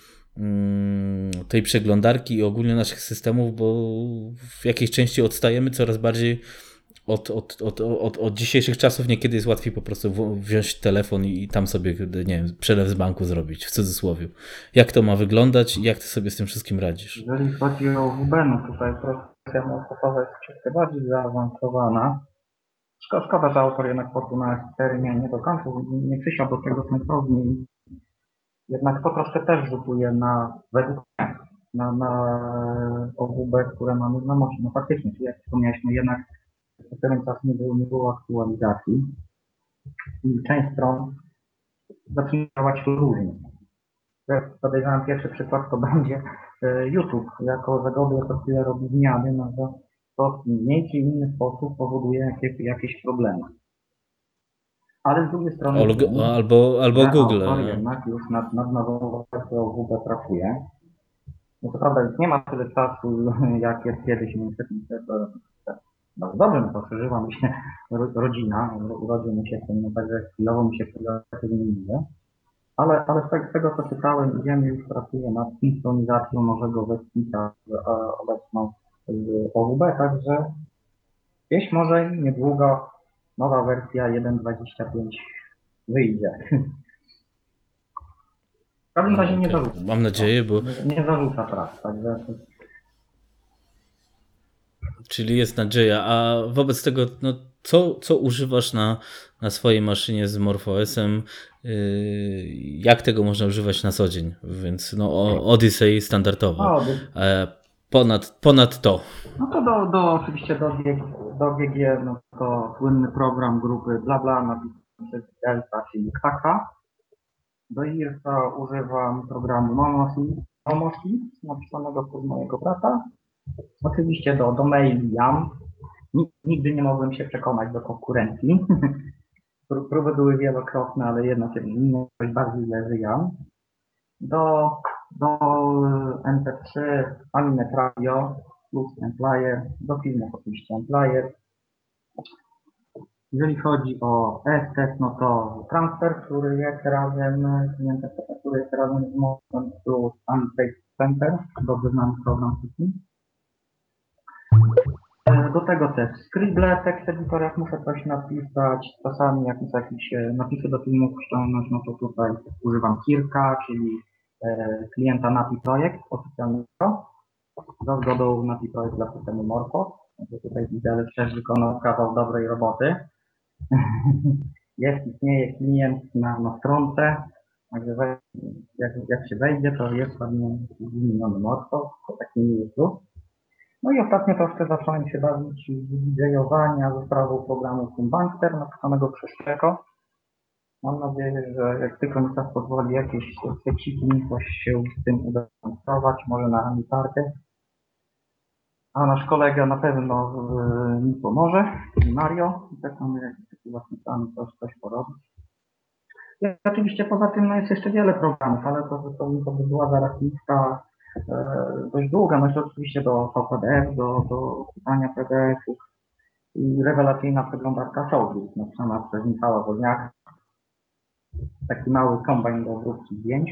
tej przeglądarki i ogólnie naszych systemów, bo w jakiejś części odstajemy coraz bardziej od dzisiejszych czasów. Niekiedy jest łatwiej po prostu wziąć telefon i tam sobie, nie wiem, przelew z banku zrobić, w cudzysłowie. Jak to ma wyglądać i jak ty sobie z tym wszystkim radzisz? Jeżeli chodzi o WB, no tutaj kwestia morfowa jest troszkę bardziej zaawansowana. Szkoda, że autor jednak portu na S4 nie dokończył, nie przysiął do tego sensownie. Jednak to troszkę też rzutuje według mnie, na OWB, które mamy w znajomości. No faktycznie, czyli jak wspomniałeś, no jednak w pewien czas nie było aktualizacji i część stron zaczyna działać różnie. Podejrzewam, pierwszy przykład to będzie YouTube. Jako zagodę co chwilę robi zmiany, no to w mniej czy inny sposób powoduje jakieś problemy. Ale z drugiej strony albo Google. Autor jednak już nad nową wersją OWB pracuje. No to prawda, już nie ma tyle czasu, jak jest kiedyś, niestety, no dobrze mi to przeżywa, mi się rodzina, urodził mi się ten, no także chwilowo mi się tego nie mówię. Ale z tego co czytałem, idziemy już pracuje nad synchronizacją nowego website'a obecną z OWB, także gdzieś może niedługo nowa wersja 1.25 wyjdzie. W każdym razie nie zarzuca. Mam nadzieję, bo... Nie zarzuca prac, także... Czyli jest nadzieja. A wobec tego, no, co używasz na swojej maszynie z MorphOS-em? Jak tego można używać na co dzień? Więc no, Odyssey standardowo. Ponad to. No to oczywiście do GG, no to słynny program grupy BlaBla napisany przez Delta, czyli Kaka. Do IRSA używam programu Momosi, napisanego przez mojego brata. Oczywiście do maili YAM. Nigdy nie mogłem się przekonać do konkurencji. Próby były wielokrotne, ale jednak coś bardziej leży YAM. Do MP3 Aminet Radio plus Emplayer, do filmów oczywiście Emplayer. Jeżeli chodzi o ESTES, no to transfer, który jest razem z Mocem plus Unpaid Center, dobrze znany program taki. Do tego też Scribble, tekst editor, jak muszę coś napisać, czasami jakieś napisy do filmów ściągnąć, no to tutaj używam Kirka, czyli klienta Napi Projekt oficjalnego, za zgodą Napi Projekt dla systemu Morphos. Tutaj widzę, też wykonał kawał dobrej roboty. Istnieje klient na stronce, także jak się wejdzie, to jest ładnie wymieniony Morphos, to taki miły plus. No i ostatnio troszkę zacząłem się bawić w DJ-owania ze sprawą programu Bankster napisanego przez Czeko. Mam nadzieję, że jak tylko mi czas pozwoli, jakieś seciki, coś się z tym uda pracować, może na Anitarkę. A nasz kolega na pewno mi pomoże, Mario. I tak mamy jakiś taki właśnie plan, coś porobić. I oczywiście poza tym no jest jeszcze wiele programów, ale to by była zaraz lista dość długa, no oczywiście do VPDF, do pisania PDF-ów i rewelacyjna przeglądarka Showbiz, napisana przez Michała Wolniaka. Taki mały kombajn do obróbki zdjęć.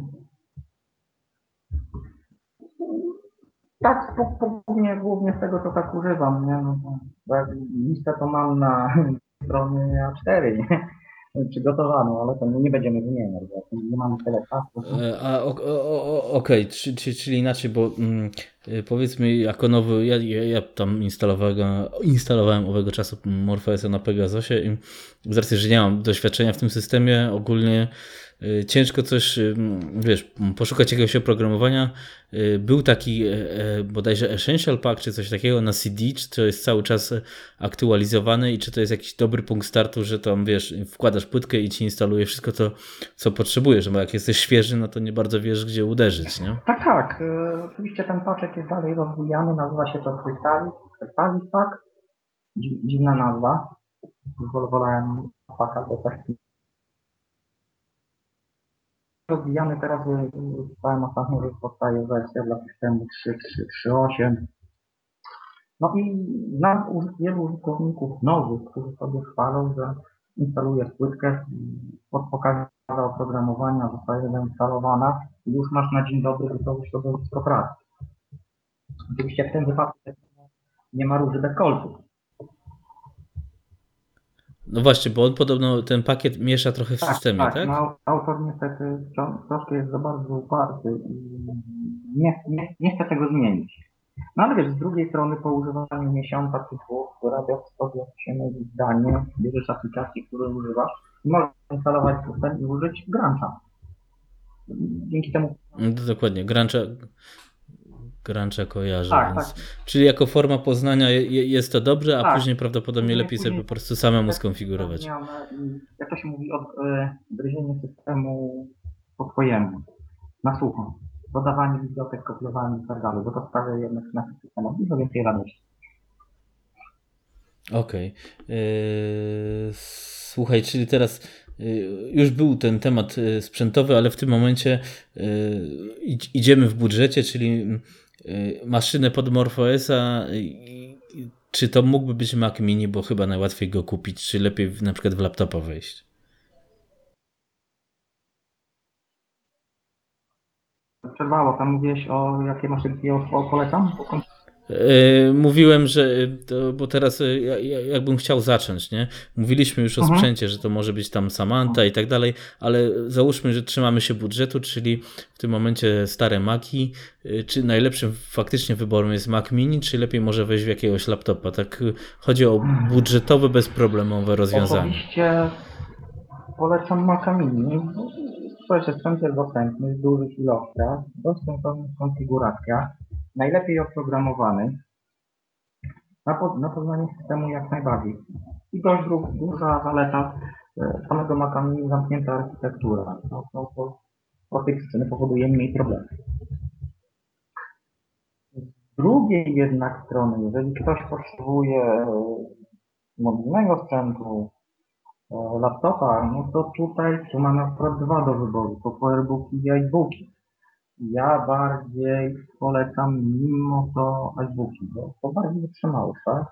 Tak, głównie z tego to tak używam, nie? No, listę to mam na stronie A4, nie? przygotowany, ale to nie będziemy wymieniać, bo nie mamy tyle czasu. Okej, czyli inaczej, bo powiedzmy jako nowy, ja tam instalowałem owego czasu Morpheusa na Pegasusie i z racji, że nie mam doświadczenia w tym systemie, ogólnie ciężko coś, wiesz, poszukać jakiegoś oprogramowania. Był taki bodajże Essential Pack czy coś takiego na CD, czy to jest cały czas aktualizowane i czy to jest jakiś dobry punkt startu, że tam wiesz, wkładasz płytkę i ci instaluje wszystko to, co potrzebujesz, bo jak jesteś świeży, no to nie bardzo wiesz, gdzie uderzyć, nie? Tak, tak. Oczywiście ten paczek jest dalej rozwijany, nazywa się to Crystallis Pack. Dziwna nazwa. Wolałem paka, bo tak rozwijany teraz. Czytałem ostatnio, że powstaje wersja dla systemu 3.3.3.8. No i znam wielu użytkowników nowych, którzy sobie chwalą, że instalujesz płytkę, pokaże oprogramowania, zostaje zainstalowana i już masz na dzień dobry gotowe środowisko pracy. Oczywiście w tym wypadku nie ma róży bez kolców. No właśnie, bo on podobno ten pakiet miesza trochę w systemie, tak? No, autor niestety troszkę jest za bardzo uparty i nie chce tego zmienić. No ale wiesz, z drugiej strony po używaniu miesiąca czy dwóch, wyrabiasz sobie przynajmniej zdanie, bierzesz aplikacji, które używasz i możesz instalować system i użyć Gruncha. Dzięki temu... No, dokładnie, Gruncha kojarzę, Tak, więc... tak. Czyli jako forma poznania jest to dobrze, a Tak. później prawdopodobnie lepiej sobie po prostu samemu skonfigurować. Jak to się mówi, gryzienie systemu po swojemu, na sucho. Dodawanie bibliotek, kopiowanie i tak dalej, bo to sprawia jednak na systemach dużo więcej radości. Okej. Słuchaj, czyli teraz już był ten temat sprzętowy, ale w tym momencie idziemy w budżecie, czyli maszynę pod Morpheusa. Czy to mógłby być Mac Mini, bo chyba najłatwiej go kupić, czy lepiej na przykład w laptopa wejść? Przerwało, tam mówiłeś o jakie maszynki polecam? Mówiłem, że bo teraz jakbym chciał zacząć, nie? Mówiliśmy już o sprzęcie, że to może być tam Samantha i tak dalej, ale załóżmy, że trzymamy się budżetu, czyli w tym momencie stare Maci. Czy najlepszym faktycznie wyborem jest Mac Mini, czy lepiej może wejść w jakiegoś laptopa? Tak chodzi o budżetowe, bezproblemowe rozwiązanie. Oczywiście polecam Maca Mini. Słuchajcie, sprzęt jest dostępny w dużych ilościach, w dostępnych konfiguracjach, najlepiej oprogramowany, na poznanie systemu jak najbardziej. I dość duża zaleta samego Maca Mini, zamknięta architektura. To tej przyczyny powoduje mniej problemów. Z drugiej jednak strony, jeżeli ktoś potrzebuje mobilnego sprzętu, laptopa, no to tutaj tu mamy akurat dwa do wyboru, to PowerBooki i iBooki. Ja bardziej polecam mimo to iBooki, bo to bardziej wytrzymały, tak?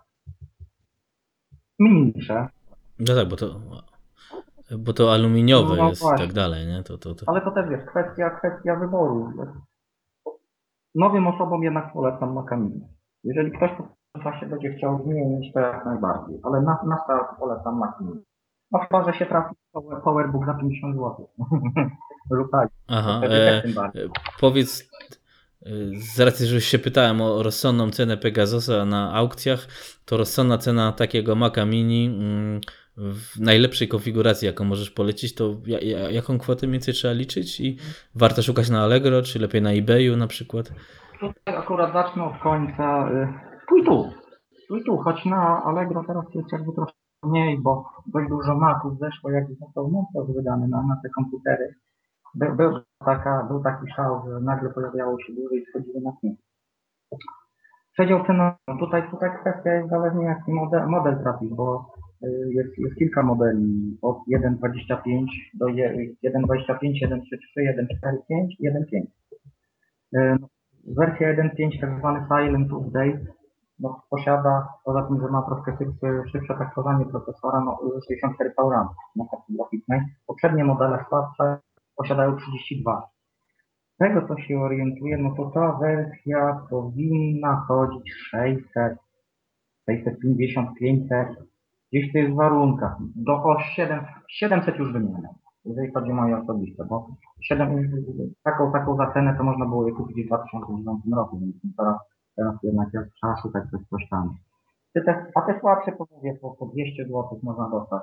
Mniejsze. No tak, bo to aluminiowe No jest i właśnie. tak dalej, nie? Ale to też jest kwestia wyboru. Nowym osobom jednak polecam Maca Mini. Jeżeli ktoś po czasie będzie chciał zmienić, to jak najbardziej, ale na start polecam Mac Mini. No chyba, że się trafi PowerBook za 50 zł. Lub tak. Aha, Tym bardziej. powiedz, z racji, że już się pytałem o rozsądną cenę Pegasusa na aukcjach, to rozsądna cena takiego Maca Mini w najlepszej konfiguracji, jaką możesz polecić, to jaką kwotę mniej więcej trzeba liczyć i warto szukać na Allegro, czy lepiej na eBayu na przykład? Tutaj akurat zacznę od końca. Stój tu, choć na Allegro teraz jest jakby troszkę mniej, bo dość dużo Maców zeszło, jak został montaż wydany na te komputery. Był taki szał, że nagle pojawiało się dużo i wchodziły na film. Przedział cenowy. Tutaj kwestia jest zależnie jaki model trafi, bo jest kilka modeli od 1.25 do 1.25, 1.3.3, 1.4.5 i 1.5. Wersja 1.5, tak zwany Silent Update, no, posiada, poza tym, że ma troszkę szybsze taktowanie procesora, 64 RAM na karcie graficznej. Poprzednie modele słabsze posiadają 32. Z tego, co się orientuję, no to ta wersja powinna chodzić 600, 650, 500. Gdzieś w tych warunkach, do 700 już wymienię, jeżeli chodzi o moje osobiste, bo 7, taką za cenę to można było je kupić w 2009 roku, więc teraz jednak trzeba szukać coś tam. A te słabsze, to mówię, po 200 zł można dostać.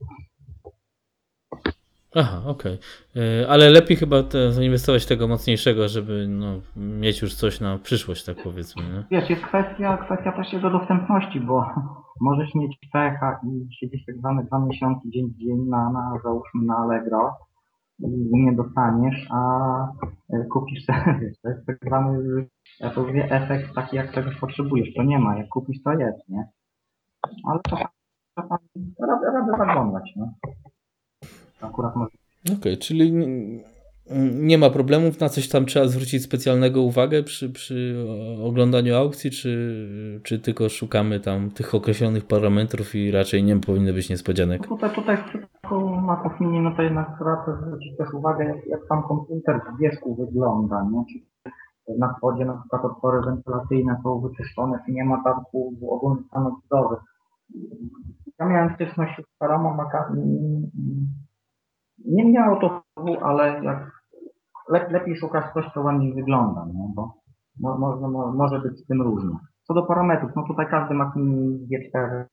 Aha, okej. Ale lepiej chyba zainwestować w tego mocniejszego, żeby no, mieć już coś na przyszłość, tak powiedzmy. Nie? Wiesz, jest kwestia też jego dostępności, bo możesz mieć pecha i siedzieć tak zwane 2 miesiące dzień w dzień załóżmy na Allegro i nie dostaniesz, a kupisz sobie, wiesz, to jest tak zwany, ja to mówię, efekt taki, jak czegoś potrzebujesz. To nie ma, jak kupisz, to jest, nie? Ale czasami radzę zaglądać, nie? Akurat może. Okej, czyli nie ma problemów, na coś tam trzeba zwrócić specjalnego uwagę przy oglądaniu aukcji, czy tylko szukamy tam tych określonych parametrów i raczej nie powinny być niespodzianek? Tutaj w przypadku Maców Mini, no to jednak trzeba zwrócić też uwagę, jak sam komputer z wierzchu wygląda, nie? Czy na spodzie na przykład otwory wentylacyjne są wyczyszczone, czy nie ma tam ogólnych stanów budowy. Ja miałem styczność z paroma Macami, nie miało to wpływu, ale lepiej szukać coś, co ładniej wygląda, nie? Bo może być z tym różnie. Co do parametrów, no tutaj każdy ma G4,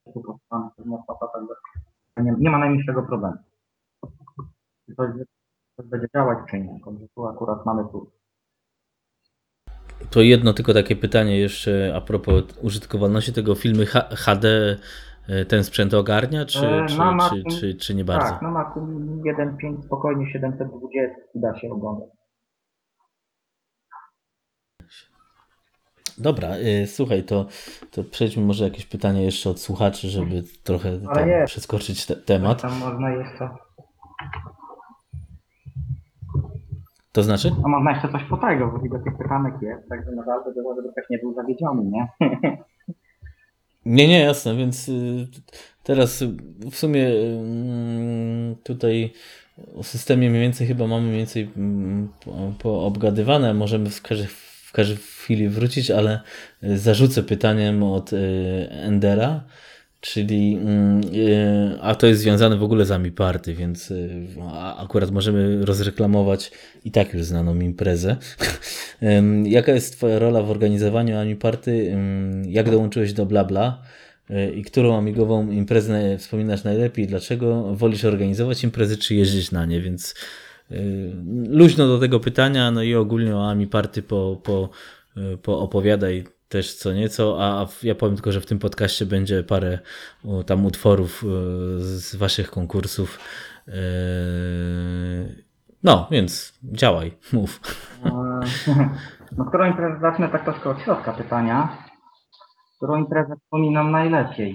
nie ma najmniejszego problemu. Czy coś będzie działać, czy nie. Także tu akurat mamy tu. To jedno tylko takie pytanie jeszcze a propos użytkowalności tego filmu HD. Ten sprzęt ogarnia, Na Macu, czy nie bardzo? tak, na Macu 1.5 spokojnie 720 da się oglądać. Dobra, słuchaj, to przejdźmy może jakieś pytanie jeszcze od słuchaczy, żeby trochę Ale jest. przeskoczyć temat. Tam można jeszcze. To znaczy? A można jeszcze coś po tego, bo widzę tych pytanek jest, także nadal by było, żeby ktoś nie był zawiedziony, nie? Nie, jasne, więc teraz w sumie tutaj o systemie mniej więcej chyba mamy mniej więcej poobgadywane, możemy w każdej chwili wrócić, ale zarzucę pytaniem od Endera, czyli a to jest związane w ogóle z AmiParty, więc akurat możemy rozreklamować i tak już znaną imprezę. Jaka jest twoja rola w organizowaniu AmiParty? Jak dołączyłeś do BlaBla? I którą amigową imprezę wspominasz najlepiej? Dlaczego wolisz organizować imprezy, czy jeździć na nie? Więc luźno do tego pytania, no i ogólnie o AmiParty poopowiadaj też co nieco, a ja powiem tylko, że w tym podcaście będzie parę tam utworów z waszych konkursów. No, więc działaj, mów. No, którą imprezę zacznę tak troszkę od środka pytania. Którą imprezę wspominam najlepiej?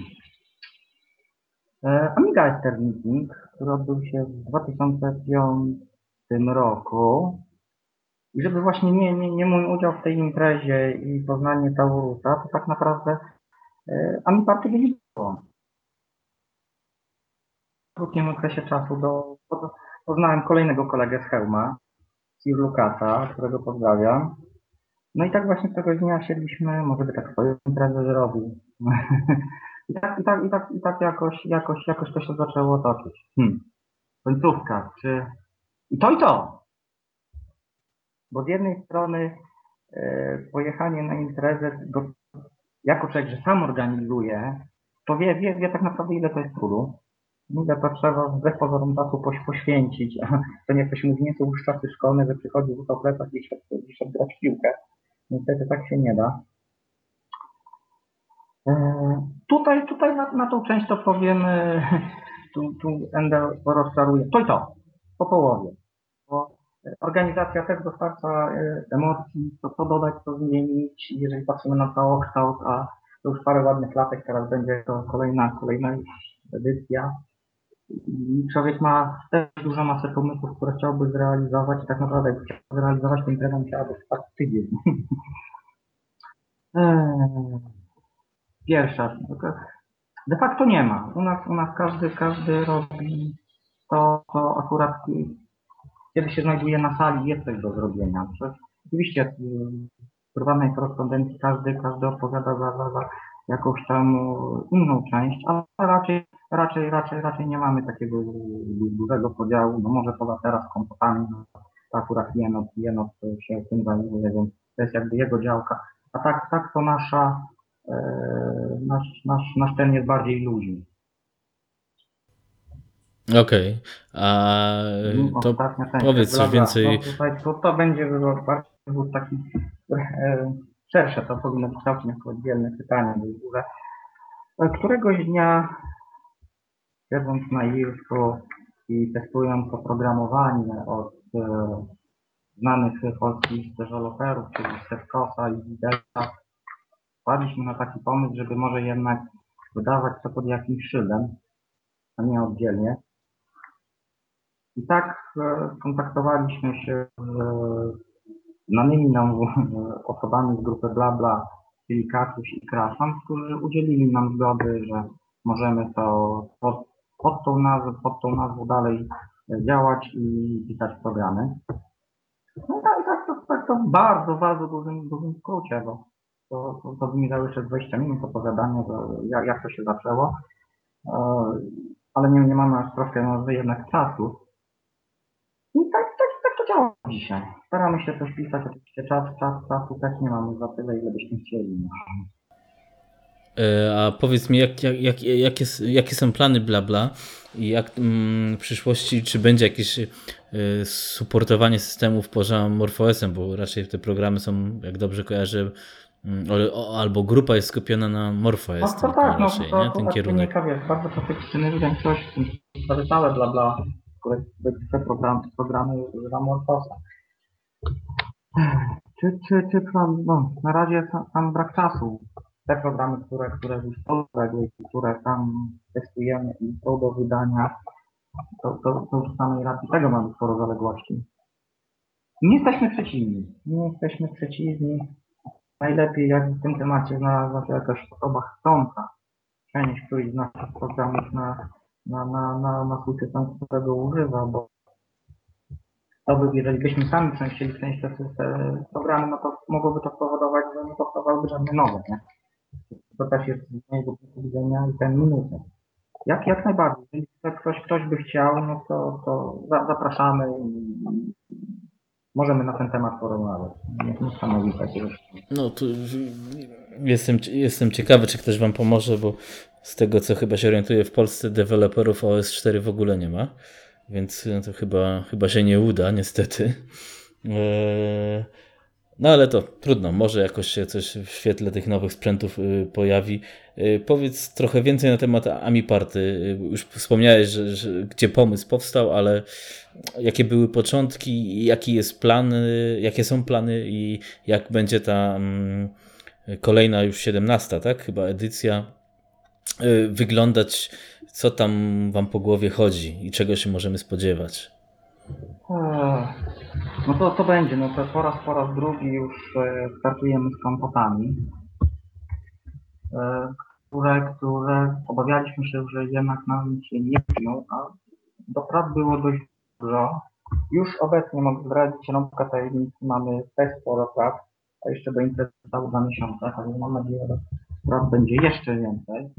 Amiga Ester Meeting, który odbył się w 2005 roku. I żeby właśnie nie mój udział w tej imprezie i poznanie Taurusa, to tak naprawdę AmiParty by nie było. W krótkim okresie czasu poznałem kolejnego kolegę z Chełma, Sir Lukasa, którego pozdrawiam. No i tak właśnie tego dnia siedliśmy, może by tak swoją imprezę zrobił. I tak jakoś to się zaczęło toczyć. Końcówka, czy... I to! Bo z jednej strony pojechanie na imprezę, jako człowiek, że sam organizuje, to wie tak naprawdę ile to jest trudu. Ile to trzeba wbrew pozorom czasu poświęcić. A to nie ktoś mówi, nie są już czasy szkolne, że przychodzi w plecach i szedł grać w piłkę. Niestety tak się nie da. Tutaj na tą część to powiem, tu Ender rozczaruje. To, po połowie. Bo organizacja też dostarcza emocji, co dodać, co zmienić, jeżeli patrzymy na całokształt, a to już parę ładnych latek, teraz będzie to kolejna edycja. I człowiek ma też dużą masę pomysłów, które chciałby zrealizować i tak naprawdę jak chciałby zrealizować, to impreza musiałaby trwać tydzień. Pierwsza. De facto nie ma. U nas każdy robi to akurat kiedy się znajduje na sali, jest coś do zrobienia. Oczywiście w prywatnej korespondencji każdy odpowiada za jakąś tam inną część, ale raczej Raczej nie mamy takiego dużego podziału. No może poza teraz kompotami, no, to akurat jenot się tym zajmuje, więc to jest jakby jego działka. A tak to nasz ten jest bardziej luźny. Okej, a to Ostatnia część, powiedz coś bla bla. No więcej. tutaj to będzie bardziej był taki szersze, to powinno być całkiem jako oddzielne pytanie. Któregoś dnia, siedząc na Irku i testując oprogramowanie od znanych polskich deweloperów, czyli Stefkosa i Widela, wpadliśmy na taki pomysł, żeby może jednak wydawać to pod jakimś szyldem, a nie oddzielnie. I tak kontaktowaliśmy się z znanymi nam osobami z grupy BlaBla, czyli Katuś i Kraszan, którzy udzielili nam zgody, że możemy to pod tą nazwą dalej działać i pisać programy. No tak to w bardzo dużym skrócie, bo to by mi dało jeszcze 20 minut opowiadania, jak to się zaczęło. Ale nie mamy aż troszkę może jednak czasu. I tak to działa dzisiaj. Staramy się coś pisać, oczywiście czasu też nie mamy za tyle, ile byśmy chcieli. No. A powiedz mi, jakie są plany BlaBla i jak w przyszłości, czy będzie jakieś supportowanie systemów poza MorphOS-em, bo raczej te programy są, jak dobrze kojarzę, albo grupa jest skupiona na MorphOS, No to tylko tak, no raczej, to nie? Ten tak kierunek. wynika, wiesz, bardzo toksyczny większość, całe BlaBla, które te programy używa MorphOSa. Czy plan, no, na razie sam brak czasu. Te programy, które już są uległe, które tam testujemy i są do wydania, to już z samej racji tego mamy sporo zaległości. Nie jesteśmy przeciwni. Nie jesteśmy przeciwni. Najlepiej jak w tym temacie znalazła się jakaś osoba chcąca przenieść któryś z naszych programów na swój system, którego używa, bo to by, jeżeli byśmy sami chcieli przenieść te programy, no to mogłoby to spowodować, że nie powstawałyby żadne nowe, nie? To też jest z mojego punktu widzenia i ten minusem. Jak najbardziej. Jeżeli ktoś by chciał, no to zapraszamy i możemy na ten temat porozmawiać. Niesamowite takie rzeczy. No tu jestem ciekawy, czy ktoś wam pomoże, bo z tego, co chyba się orientuję, w Polsce deweloperów OS 4 w ogóle nie ma, więc to chyba się nie uda, niestety. No ale to trudno, może jakoś się coś w świetle tych nowych sprzętów pojawi. Powiedz trochę więcej na temat AmiParty. Już wspomniałeś, że gdzie pomysł powstał, ale jakie były początki, jaki jest plan, jakie są plany i jak będzie ta kolejna już 17, tak? Chyba edycja wyglądać, co tam wam po głowie chodzi i czego się możemy spodziewać. No to będzie, no to po raz drugi już startujemy z kompotami, które obawialiśmy się, że jednak nam się nie przyjmą, a do prac było dość dużo. Już obecnie mogę zdradzić rąbka tajemnicy, mamy też sporo prac, a jeszcze do imprezy zostało 2 miesiące, ale mam nadzieję, że prac będzie jeszcze więcej.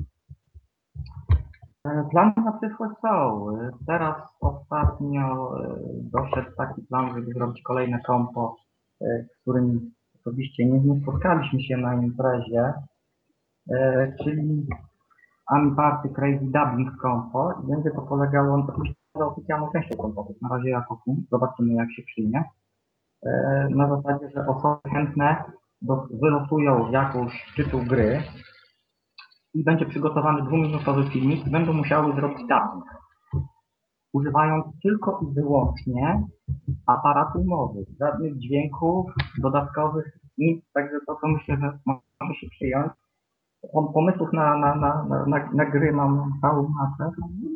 Plany na przyszłość są. Teraz ostatnio doszedł taki plan, żeby zrobić kolejne kompo, z którym osobiście nie spotkaliśmy się na imprezie, czyli AmiParty Crazy Dubbing Compo. I będzie to polegało na oficjalną częścią kompotu. Na razie jako punkt, zobaczymy jak się przyjmie. Na zasadzie, że osoby chętne wylosują jakąś tytuł gry i będzie przygotowany 2-minutowy filmik, będą musiały zrobić dubbing, używając tylko i wyłącznie aparatu mowy, żadnych dźwięków dodatkowych, nic, także to myślę, że może się przyjąć. Pomysłów na gry mam całą masę.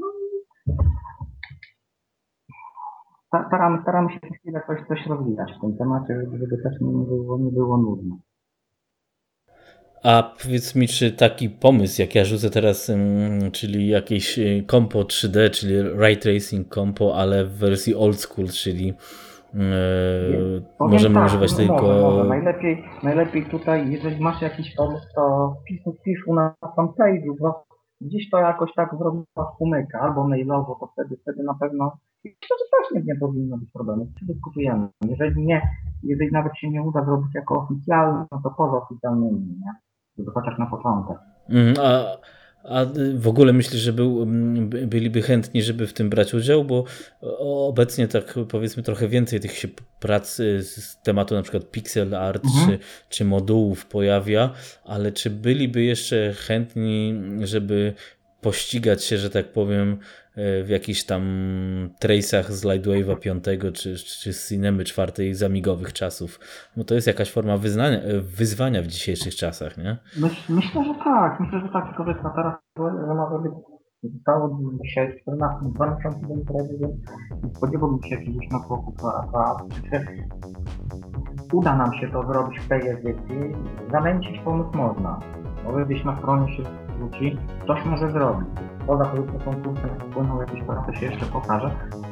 Staramy się przez chwilę coś rozwijać w tym temacie, żeby też nie było nudno. A powiedz mi, czy taki pomysł, jak ja rzucę teraz, czyli jakieś kompo 3D, czyli ray tracing kompo, ale w wersji old school, czyli możemy tak, używać tylko... Może. Najlepiej tutaj, jeżeli masz jakiś pomysł, to wpisz u nas na fanpage'u, gdzieś to jakoś tak zrobiła umyka, albo mailowo, to wtedy na pewno myślę, że też nie powinno być problemu. Dyskutujemy. Jeżeli nawet się nie uda zrobić jako oficjalne, no to poza oficjalnymi, nie? Żeby chociaż na początek. A w ogóle myślisz, że byliby chętni, żeby w tym brać udział, bo obecnie tak powiedzmy trochę więcej tych się prac z tematu na przykład pixel art czy modułów pojawia, ale czy byliby jeszcze chętni, żeby pościgać się, że tak powiem, w jakichś tam trace'ach z Lightwave'a 5 czy z Cinemy 4 z amigowych czasów? Bo to jest jakaś forma wyzwania w dzisiejszych czasach, nie? Myślę, że tak. Myślę, że tak. Tylko wiesz, na teraz, że może być zostało dzisiaj 14, 2000 do imprezy, więc spodziewałbym się jakiegoś natłoku prac. Uda nam się to zrobić w tej edycji. Zamęcić pomysł można. Może gdzieś na stronie się wrzuci, ktoś może zrobić. Poza powiedzmy konkursem, jak wpłyną jakieś prace, się jeszcze pokaże.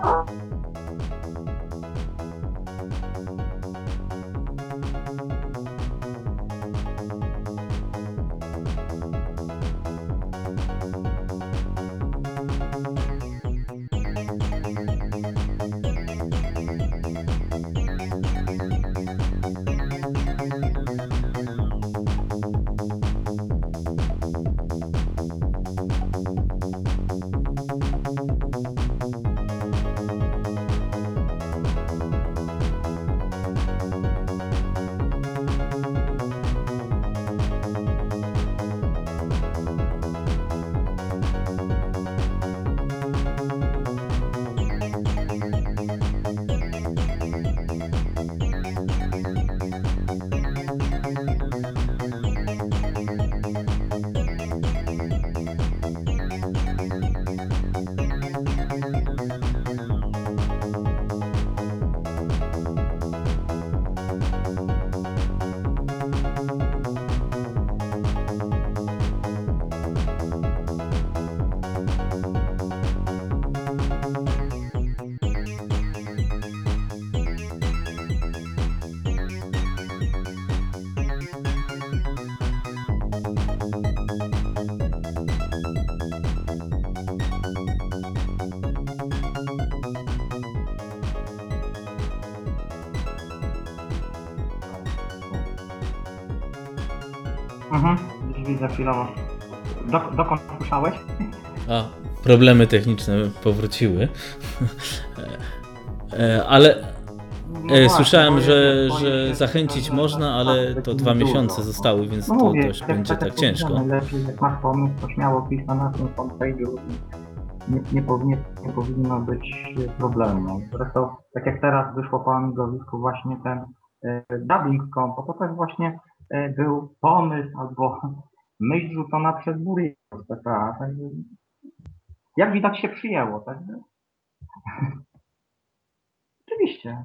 Już widzę chwilowo. Dokąd słyszałeś? A, problemy techniczne powróciły. Ale słyszałem, że zachęcić można, ale to 2 miesiące zostały, więc to też będzie tak ciężko. Najlepiej, jak masz pomysł, to śmiało pisz na tym fanpage'u. Nie powinno być problemu. Zresztą, tak jak teraz wyszło po amigowisku właśnie ten dubbing compo, to też właśnie był pomysł albo myśl rzucona przez Burię z PPA. Także jak widać się przyjęło, tak? Oczywiście.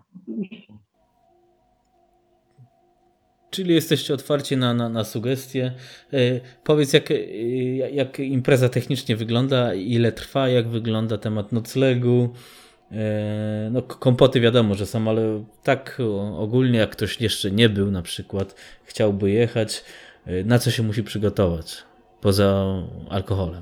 Czyli jesteście otwarci na sugestie. Powiedz, jak impreza technicznie wygląda, ile trwa, jak wygląda temat noclegu. No, kompoty wiadomo, że są, ale tak ogólnie, jak ktoś jeszcze nie był na przykład, chciałby jechać, na co się musi przygotować poza alkoholem?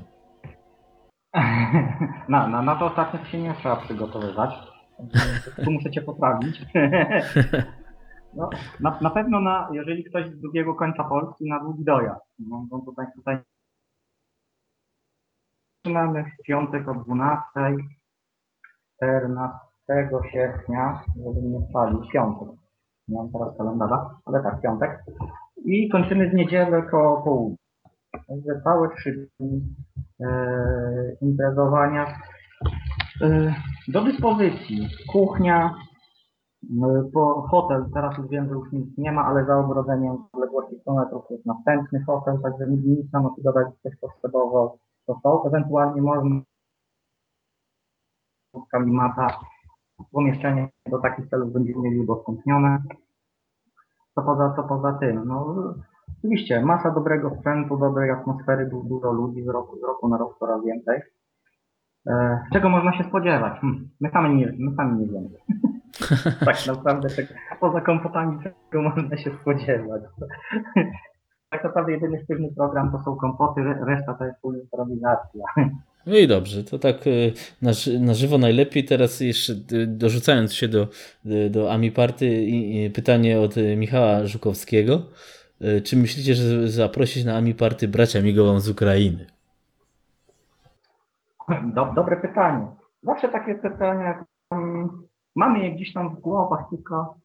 Na to ostatnio się nie trzeba przygotowywać. Tu muszę cię poprawić. No, na pewno jeżeli ktoś z drugiego końca Polski, na długi dojazd. No, tutaj zaczynamy w piątek o 12, 14 sierpnia, żeby nie spalił, piątek. Nie mam teraz kalendarza, ale tak, piątek. I kończymy w niedzielę koło południa. Także całe 3 dni imprezowania. Do dyspozycji kuchnia, hotel, teraz już wiem, że już nic nie ma, ale za ogrodzeniem w odległości 100 metrów jest następny hotel, także nic nam dodać, ktoś potrzebował, to są. Ewentualnie można kalimata, pomieszczenie do takich celów będziemy mieli udostępnione. Co poza tym? No, oczywiście masa dobrego sprzętu, dobrej atmosfery, dużo ludzi z roku na rok coraz więcej. Czego można się spodziewać? My sami nie wiemy. Tak naprawdę poza kompotami czego można się spodziewać. tak naprawdę jedyny sztywny program to są kompoty, reszta to jest full improwizacja. No i dobrze, to tak na żywo najlepiej. Teraz jeszcze dorzucając się do AmiParty pytanie od Michała Żukowskiego. Czy myślicie, że zaprosić na AmiParty bracia Migołą z Ukrainy? Dobre pytanie. Zawsze takie pytania mamy je gdzieś tam w głowach, tylko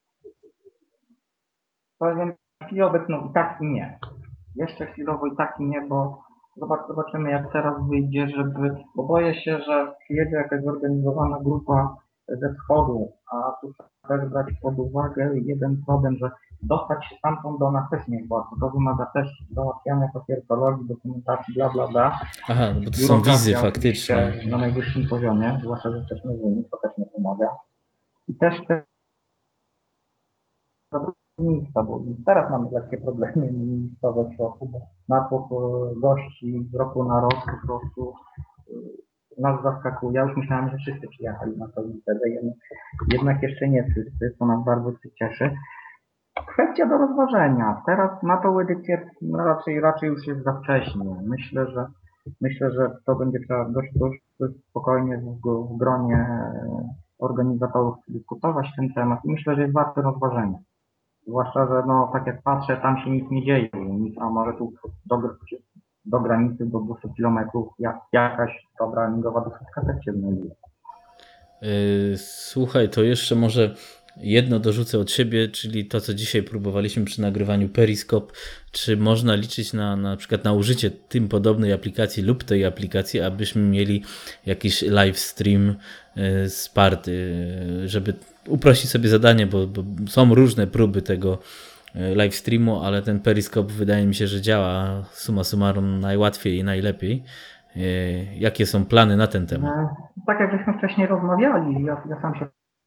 powiem na chwilę obecną i tak i nie. Jeszcze chwilowo i tak i nie, bo zobaczymy jak teraz wyjdzie, bo boję się, że przyjedzie jakaś zorganizowana grupa ze wschodu, a tu trzeba też brać pod uwagę jeden problem, że dostać się stamtąd do nas też nie jest łatwo. To wymaga też załatwiania papierologii, dokumentacji, bla bla bla. Aha, no bo to są Biurokracja wizy oczywiście faktycznie. na najwyższym poziomie, zwłaszcza, że jesteśmy w Unii, to też nie pomaga. I też te miejsca, bo teraz mamy takie problemy miejscowe w środku, bo natłok gości z roku na rok po prostu nas zaskakuje. Ja już myślałem, że wszyscy przyjechali na to imprezę, jednak jeszcze nie wszyscy, co nas bardzo cieszy. Kwestia do rozważenia. Teraz na tą edycję raczej już jest za wcześnie. Myślę, że to będzie trzeba dość spokojnie w gronie organizatorów dyskutować ten temat i myślę, że jest warte rozważenia. Zwłaszcza, że no tak jak patrzę, tam się nic nie dzieje, a może tu do granicy, do 200 kilometrów jakaś dobra ringowa dosyćka też się znajduje. Słuchaj, to jeszcze może jedno dorzucę od siebie, czyli to, co dzisiaj próbowaliśmy przy nagrywaniu Periscope. Czy można liczyć na przykład na użycie tym podobnej aplikacji lub tej aplikacji, abyśmy mieli jakiś live stream z party, żeby uprościć sobie zadanie, bo są różne próby tego live streamu, ale ten Periscope wydaje mi się, że działa summa summarum najłatwiej i najlepiej. Jakie są plany na ten temat? Tak jak żeśmy wcześniej rozmawiali, ja sam się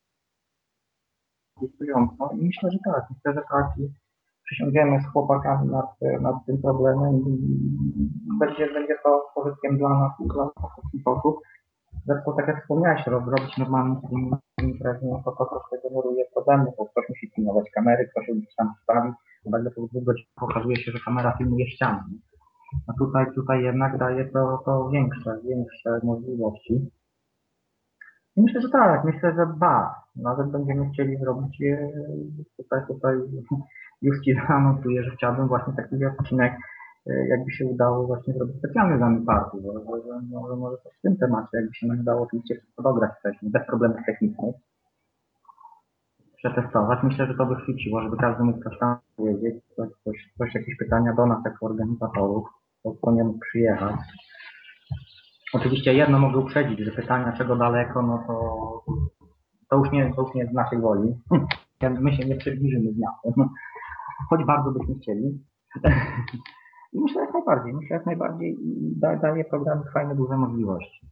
dyskutująco i myślę, że tak i przysiądziemy z chłopakami nad tym problemem i będzie to pożytkiem dla nas i dla wszystkich osób. Zresztą tak jak wspomniałeś, rozrobić normalny stream imprezy, no to troszkę generuje problemy, bo ktoś musi pilnować kamery, ktoś ją gdzieś tam wstawi, a nagle po 2 godzinach okazuje się, że kamera filmuje ścianę. A tutaj jednak daje to większe możliwości. I myślę, że tak, myślę, że nawet będziemy chcieli zrobić tutaj już Ci zaanonsuję, że chciałbym właśnie taki odcinek, jakby się udało właśnie zrobić specjalny z AmiParty, bo może coś w tym temacie, jakby się nam udało oczywiście wszystko dograć wcześniej, bez problemów technicznych, przetestować. Myślę, że to by chwyciło, żeby każdy mógł coś tam powiedzieć, jakieś pytania do nas jako organizatorów, to nie mógł przyjechać. Oczywiście jedno mogę uprzedzić, że pytania czego daleko, no to już nie jest z naszej woli. My się nie przybliżymy z miastem, choć bardzo byśmy chcieli. I myślę jak najbardziej daje program fajne, duże możliwości.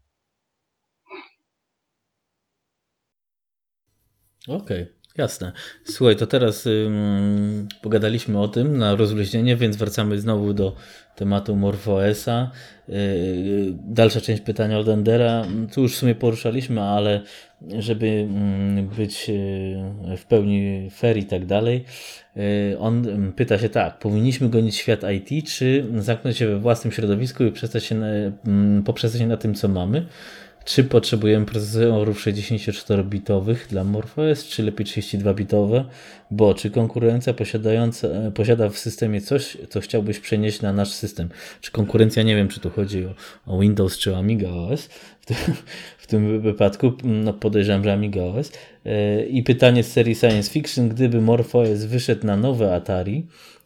Okej, jasne. Słuchaj, to teraz pogadaliśmy o tym na rozluźnienie, więc wracamy znowu do tematu MorphOS-a. Dalsza część pytania od Endera. Tu już w sumie poruszaliśmy, ale żeby być w pełni fair i tak dalej, on pyta się tak, powinniśmy gonić świat IT, czy zamknąć się we własnym środowisku i poprzestać się na tym, co mamy? Czy potrzebujemy procesorów 64-bitowych dla MorphOS, czy lepiej 32-bitowe? Bo czy konkurencja posiada w systemie coś, co chciałbyś przenieść na nasz system? Czy konkurencja, nie wiem, czy tu chodzi o Windows czy o Amiga OS? W tym wypadku no podejrzewam, że Amiga OS. I pytanie z serii Science Fiction, gdyby MorphOS wyszedł na nowe Atari,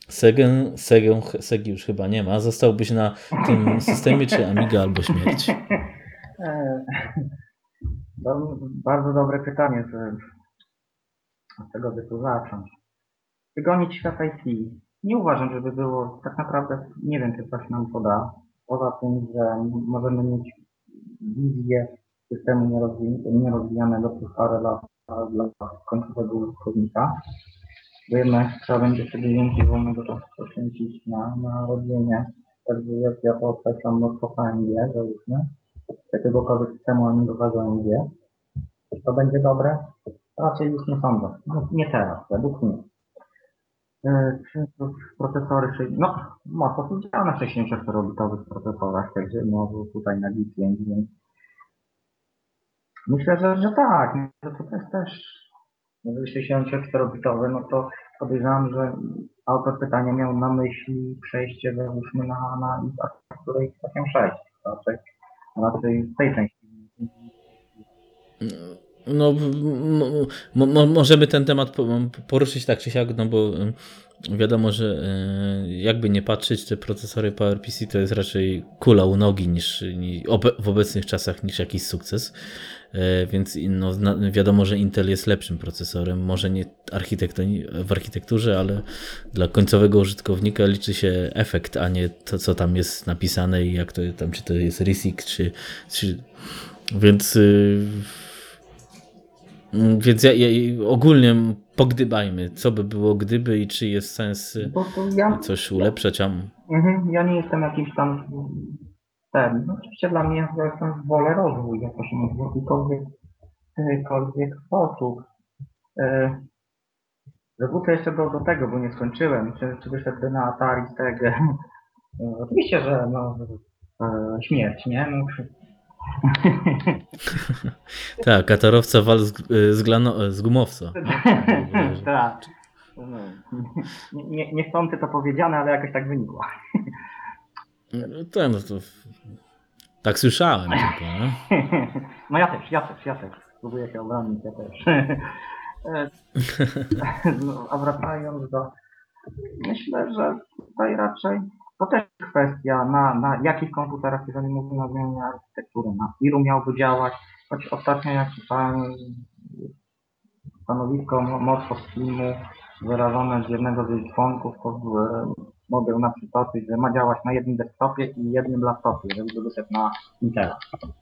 Segi już chyba nie ma, zostałbyś na tym systemie, czy Amiga albo śmierć? Bardzo dobre pytanie, od czego by tu zacząć. Wygonić świat IT. Nie uważam, żeby było, tak naprawdę nie wiem, czy coś nam poda. Poza tym, że możemy mieć wizję systemu nierozwijanego przez parę lat dla końcowego użytkownika, bo jednak trzeba będzie wtedy więcej wolnego czasu poświęcić na robienie, także ja to określam mocno AMG, załóżmy, jakiegokolwiek systemu anonimowego AMG. Czy to będzie dobre? Raczej już nie sądzę. No, nie teraz, według mnie. Czy to procesory, no mocno to działa na 64-bitowych procesorach, także no tutaj na G5, więc myślę, że tak, że to jest też, jeżeli 64-bitowy, no to podejrzewam, że autor pytania miał na myśli przejście załóżmy na architekturę x86, raczej w tej części. No, możemy ten temat poruszyć tak czy siak, no bo wiadomo, że jakby nie patrzeć, te procesory PowerPC to jest raczej kula u nogi w obecnych czasach niż jakiś sukces. Więc no, wiadomo, że Intel jest lepszym procesorem, może nie w architekturze, ale dla końcowego użytkownika liczy się efekt, a nie to, co tam jest napisane i jak to tam, czy to jest RISC, czy więc więc ogólnie pogdybajmy, co by było gdyby i czy jest sens Bo to ja, coś ulepszać. ja nie jestem jakimś tam ten. No, oczywiście dla mnie ja jestem w wolę rozwój, jak to się mówi, w jakikolwiek sposób. Wrócę jeszcze do tego, bo nie skończyłem. Czy wyszedłby na Atari z tego? Oczywiście, że no, śmierć, nie? No, Tak, katarowca wal z gumowca. tak. No, niechcący to powiedziane, ale jakoś tak wynikło. To tak słyszałem tylko. Nie? No ja też. Spróbuję się obronić, ja też. No, a wracając myślę, że tutaj raczej to też kwestia na jakich komputerach, jeżeli mówimy o zmianie architektury, na ilu miałby działać, choć ostatnio jak czytałem stanowisko mocno z filmu wyrażone z jednego z jej członków, to mogę na przytoczyć, że ma działać na jednym desktopie i jednym laptopie, jeżeli by wyszedł na Intela.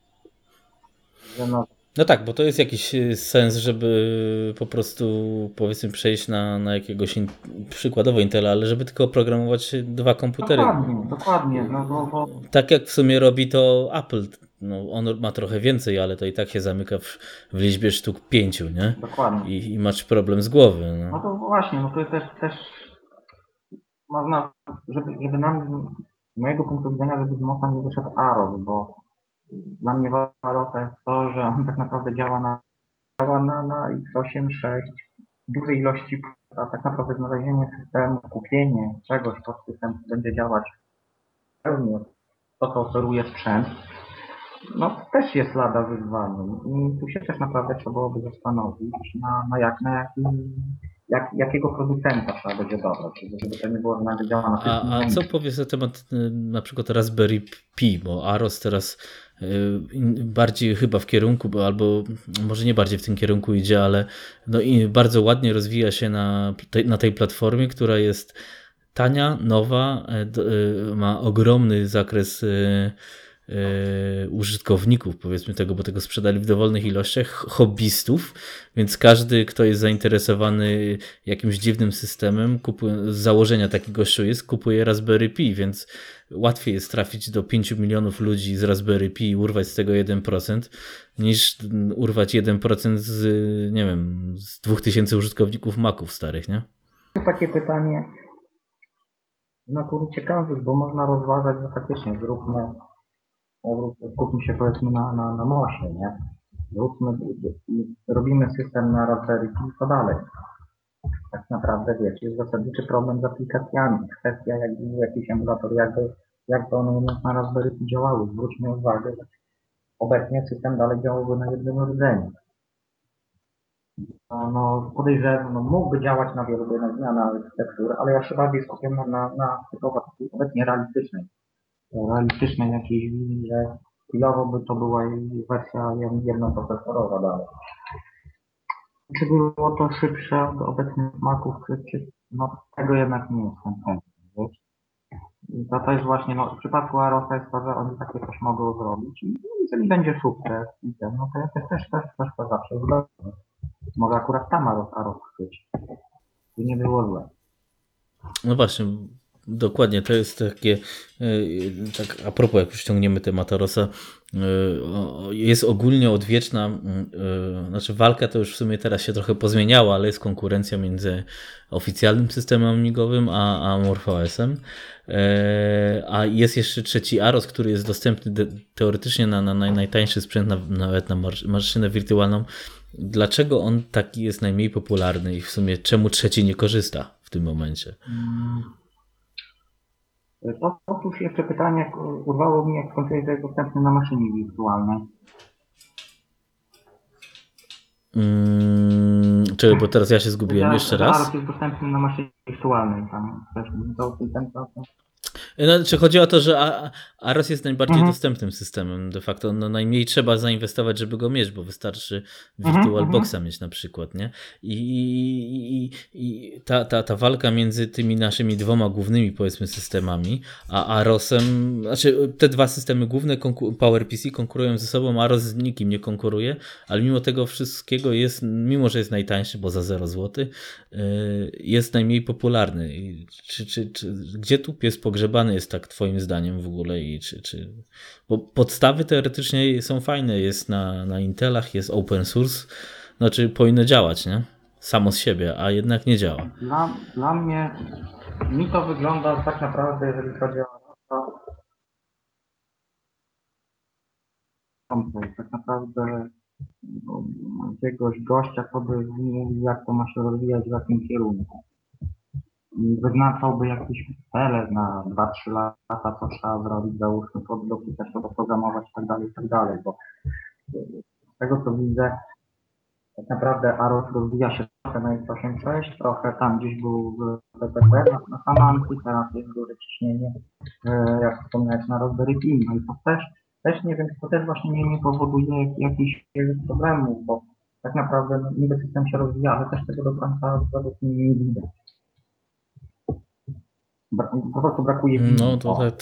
No tak, bo to jest jakiś sens, żeby po prostu powiedzmy przejść na jakiegoś przykładowo Intela, ale żeby tylko programować dwa komputery. Dokładnie. No, bo... Tak jak w sumie robi to Apple. No, on ma trochę więcej, ale to i tak się zamyka w liczbie sztuk 5, nie? Dokładnie. I masz problem z głowy. No to właśnie, no to jest też można, żeby nam, z mojego punktu widzenia, żeby z mocno nie wyszedł AROS, bo dla mnie AROS jest to, że on tak naprawdę działa na x86 dużej ilości, a tak naprawdę znalezienie systemu, kupienie czegoś, to system będzie działać pełnie to, co oferuje sprzęt, no też jest lada wyzwaniem i tu się też naprawdę trzeba byłoby zastanowić jakiego producenta trzeba będzie dobrać, żeby to nie było, że nagle działa na wszystkim. A co powiesz na temat na przykład Raspberry Pi, bo AROS teraz bardziej chyba w kierunku, albo może nie bardziej w tym kierunku idzie, ale no i bardzo ładnie rozwija się na tej platformie, która jest tania, nowa, ma ogromny zakres użytkowników, powiedzmy tego, bo tego sprzedali w dowolnych ilościach, hobbystów, więc każdy, kto jest zainteresowany jakimś dziwnym systemem, z założenia taki gościu jest, kupuje Raspberry Pi, więc łatwiej jest trafić do 5 milionów ludzi z Raspberry Pi i urwać z tego 1%, niż urwać 1% z, nie wiem, z 2000 użytkowników Maców starych, nie? Takie pytanie z natury ciekawych, bo można rozważać, że faktycznie skupmy się powiedzmy na MOSie, nie? Robimy system na Raspberry Pi, co dalej? Tak naprawdę, wiecie, jest zasadniczy problem z aplikacjami. Kwestia, jak był jakiś emulator, jakby one na Raspberry Pi działały. Zwróćmy uwagę, że obecnie system dalej działałby na jednym rdzeniu. No, podejrzewam, mógłby działać na wielu zmianach architektury, ale ja się bardziej skupiam na typowo takiej obecnie realistycznej jakiejś wizji, że chwilowo by to była wersja jednoprocesorowa dalej. Czy było to szybsze od obecnych Maców, no tego jednak nie jestem pewny. To jest właśnie, no w przypadku Arosa jest to, że oni takie coś mogą zrobić i jeżeli będzie sukces, no to ja też to zawsze zgodzę. Może akurat tam Aros chwyci. I nie było złe. No właśnie, Dokładnie, to jest takie, tak a propos, jak już ściągniemy temat Arosa, jest ogólnie odwieczna, znaczy walka to już w sumie teraz się trochę pozmieniała, ale jest konkurencja między oficjalnym systemem amigowym a MorphOS-em. A jest jeszcze trzeci Aros, który jest dostępny teoretycznie na najtańszy sprzęt, nawet na maszynę wirtualną. Dlaczego on taki jest najmniej popularny i w sumie czemu trzeci nie korzysta w tym momencie? Otóż jeszcze pytanie urwało mnie, jak skończyłeś, że jest dostępny na maszynie wirtualnej. Czekaj, bo teraz ja się zgubiłem. Jeszcze raz. Aros jest dostępny na maszynie wirtualnej. Tam też to Znaczy, chodzi o to, że Aros jest najbardziej dostępnym systemem. De facto najmniej trzeba zainwestować, żeby go mieć, bo wystarczy VirtualBoxa mieć na przykład, nie? I ta walka między tymi naszymi dwoma głównymi, powiedzmy, systemami, a Arosem, znaczy te dwa systemy główne, PowerPC, konkurują ze sobą, Aros z nikim nie konkuruje, ale mimo tego wszystkiego jest, mimo że jest najtańszy, bo za 0 zł, jest najmniej popularny. Gdzie tu pies pogrzebany jest, tak twoim zdaniem w ogóle? Bo podstawy teoretycznie są fajne, jest na Intelach, jest open source, znaczy powinno działać, nie? Samo z siebie, a jednak nie działa. Dla mnie, mi to wygląda tak naprawdę, jeżeli chodzi o to, tak naprawdę jakiegoś gościa, kto by mówił, jak to ma się rozwijać, w jakim kierunku. Wyznaczałby jakieś cele na 2-3 lata, co trzeba zrobić, załóżmy, dopisać to, doprogramować i tak dalej, bo z tego co widzę, tak naprawdę Aros rozwija się trochę na x86, trochę tam gdzieś był w PPT, na Samanty, teraz jest duże ciśnienie, jak wspomniałeś, na Raspberry Pi, no i to też nie wiem, to też właśnie nie powoduje jakichś problemów, bo tak naprawdę niby system się rozwija, ale też tego do końca nie widać. Po prostu brakuje winy. No to tak,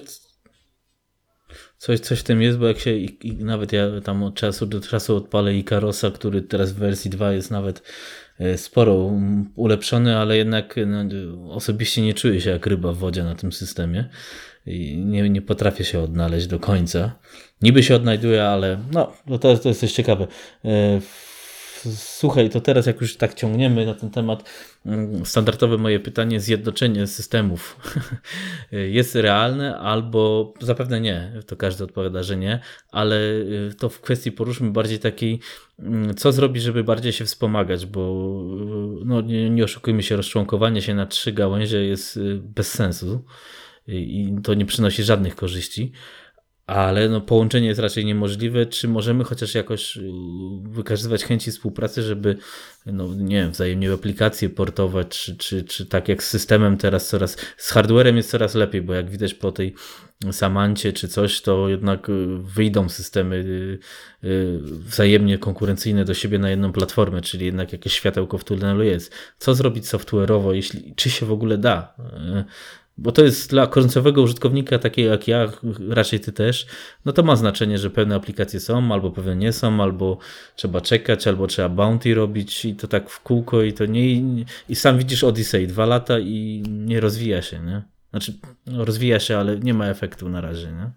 coś w tym jest, bo jak się nawet ja tam od czasu do czasu odpalę Ikarosa, który teraz w wersji 2 jest nawet sporo ulepszony, ale jednak osobiście nie czuję się jak ryba w wodzie na tym systemie i nie potrafię się odnaleźć do końca. Niby się odnajduję, ale no to jest coś ciekawe. Słuchaj, to teraz jak już tak ciągniemy na ten temat, standardowe moje pytanie, zjednoczenie systemów jest realne albo zapewne nie, to każdy odpowiada, że nie, ale to w kwestii poruszmy bardziej takiej, co zrobić, żeby bardziej się wspomagać, bo no, nie oszukujmy się, rozczłonkowanie się na 3 gałęzie jest bez sensu i to nie przynosi żadnych korzyści. Ale no, połączenie jest raczej niemożliwe. Czy możemy chociaż jakoś wykazywać chęci współpracy, żeby no, nie wiem, wzajemnie aplikacje portować, czy tak jak z systemem teraz z hardwarem jest coraz lepiej, bo jak widać po tej Samancie czy coś, to jednak wyjdą systemy wzajemnie konkurencyjne do siebie na jedną platformę, czyli jednak jakieś światełko w tunelu jest. Co zrobić software'owo, czy się w ogóle da? Bo to jest dla końcowego użytkownika, takiego jak ja, raczej ty też, no to ma znaczenie, że pewne aplikacje są, albo pewne nie są, albo trzeba czekać, albo trzeba bounty robić i to tak w kółko i to nie... I sam widzisz Odyssey, 2 lata i nie rozwija się, nie? Znaczy, no rozwija się, ale nie ma efektu na razie, nie?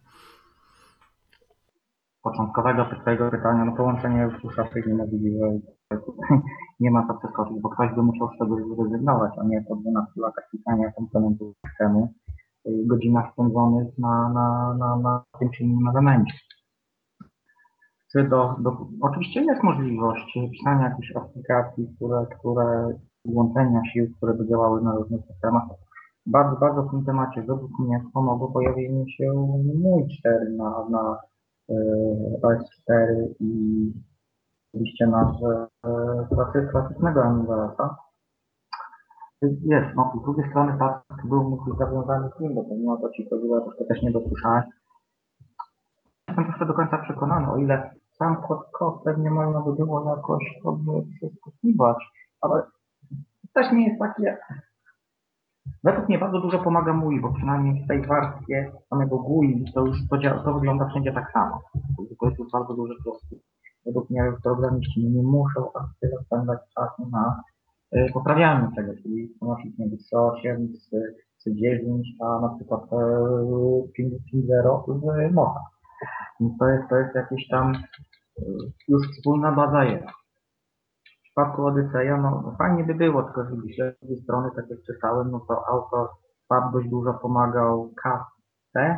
Początkowego twojego pytania, no połączenie już raczej niemożliwe. Nie ma co przeskoczyć, bo ktoś by musiał z czegoś zrezygnować, a nie po 12 latach pisania komponentów systemu, godzinach spędzonych na tym czy innym elemencie. Oczywiście jest możliwość pisania jakichś aplikacji, które łączenia sił, które by działały na różnych systemach. Bardzo, bardzo w tym temacie według mnie pomogło pojawienie się mój 4 na OS4 i oczywiście nasz klasycznego Angulara. Jest, no z drugiej strony tak był mógł zawiązany z nim, bo pomimo to ci chodziło, to też nie dosłyszałem. Jestem troszkę do końca przekonany, o ile sam kod pewnie można by było jakoś sobie przeskakiwać, ale też nie jest takie. Według mnie bardzo dużo pomaga MUI, bo przynajmniej w tej warstwie samego GUI to już to wygląda wszędzie tak samo. To jest już bardzo duży plus. Według mnie programiści nie muszą aż tyle spędzać czasu na poprawianie tego, czyli przenosić między 8 z C9, a na przykład 5.0 z Mocha. Więc to jest jakiś tam już wspólna baza jest. W przypadku Odyseja, no fajnie by było, tylko że z drugiej strony, tak jak czytałem, no to autor dość dużo pomagał kasę,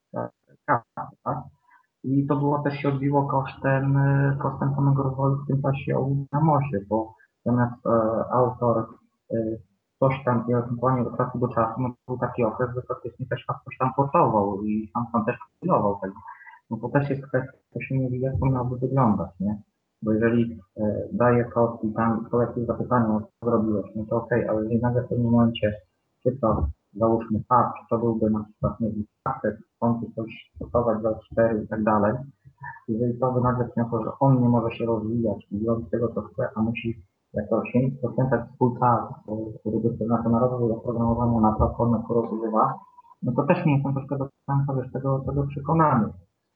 tak? I to było też się odbiło kosztem samego rozwoju w tym czasie na Mosie, bo zamiast autor coś tam ewentualnie od czasu do czasu, no był taki okres, że faktycznie też coś tam portował i tam też kompilował tego. No to też jest kwestia, to się mówi, jak to miałoby wyglądać, nie? Bo jeżeli daje kod i tam kolektyw zapytania, co zrobiłeś, no to okej, ale jeżeli nagle w pewnym momencie czyta, załóżmy patch, to byłby na przykład, nie wiem, akces, on coś stosować za 4 i tak dalej, jeżeli to by nagle przyniosło, że on nie może się rozwijać i robić tego, co chce, a musi jako poświęcać swój czas, który by przeznaczył na rozwój oprogramowania na platformę, którą używa, no to też nie jestem troszkę do końca tego przekonany.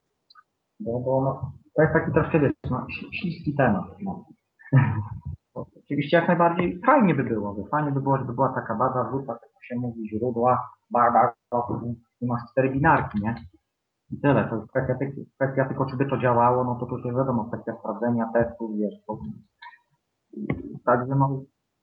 Bo no, to jest taki troszkę, wiesz, no, śliski temat. No. Oczywiście jak najbardziej fajnie by było, żeby była taka baza źródła, tak jak się mówi, źródła, i masz 4 binarki, nie? I tyle, to jest kwestia tylko, czy by to działało, no to tu się wiadomo, kwestia sprawdzenia, testów, wiesz, także no,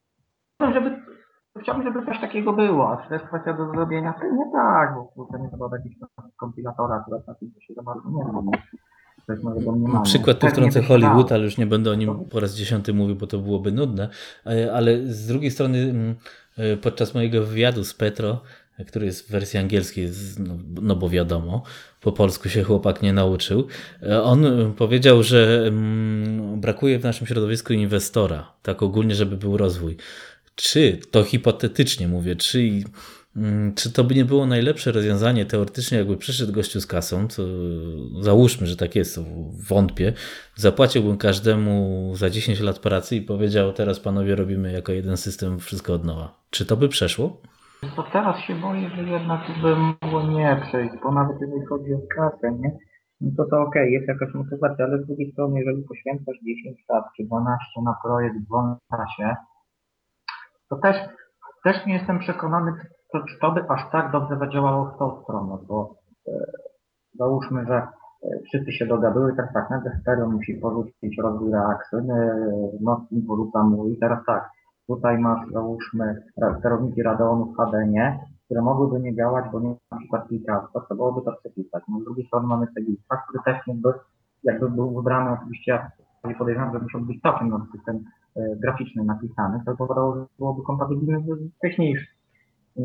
chciałbym, żeby coś takiego było, a czy to jest kwestia do zrobienia, to nie tak, bo to nie trzeba jakiś kompilatora, która takiego się za bardzo nie ma, nie? To jest moje domniemanie. Przykład tu wtrącę Hollywood, ale już nie będę o nim po raz 10 mówił, bo to byłoby nudne, ale z drugiej strony podczas mojego wywiadu z Petro, który jest w wersji angielskiej, no bo wiadomo, po polsku się chłopak nie nauczył, on powiedział, że brakuje w naszym środowisku inwestora, tak ogólnie, żeby był rozwój. Czy, to hipotetycznie mówię, czy to by nie było najlepsze rozwiązanie teoretycznie, jakby przyszedł gościu z kasą, to załóżmy, że tak jest, wątpię, zapłaciłbym każdemu za 10 lat pracy i powiedział, teraz panowie robimy jako jeden system wszystko od nowa. Czy to by przeszło? To teraz się boję, że jednak by mogło nie przejść, bo nawet jeżeli chodzi o kasę, nie? No to okej, jest jakaś motywacja, ale z drugiej strony, jeżeli poświęcasz 10 lat czy 12 na projekt w wolnym czasie, to też nie jestem przekonany, czy to by aż tak dobrze zadziałało w tą stronę, bo załóżmy, że wszyscy się dogadują, tak, nagle stereo musi porzucić rozwój reakcji, mocniej porzuca mu i teraz tak, tutaj masz, załóżmy, sterowniki Radeonów HD, nie, które mogłyby nie działać, bo nie ma na przykład klika, to byłoby to przepisać. No, z drugiej strony mamy Segista, który też jakby był wybrany, oczywiście ja podejrzewam, że musiał być całkiem nowy system graficzny napisany, to powodowało, że byłoby kompatybilny z wcześniejszym. I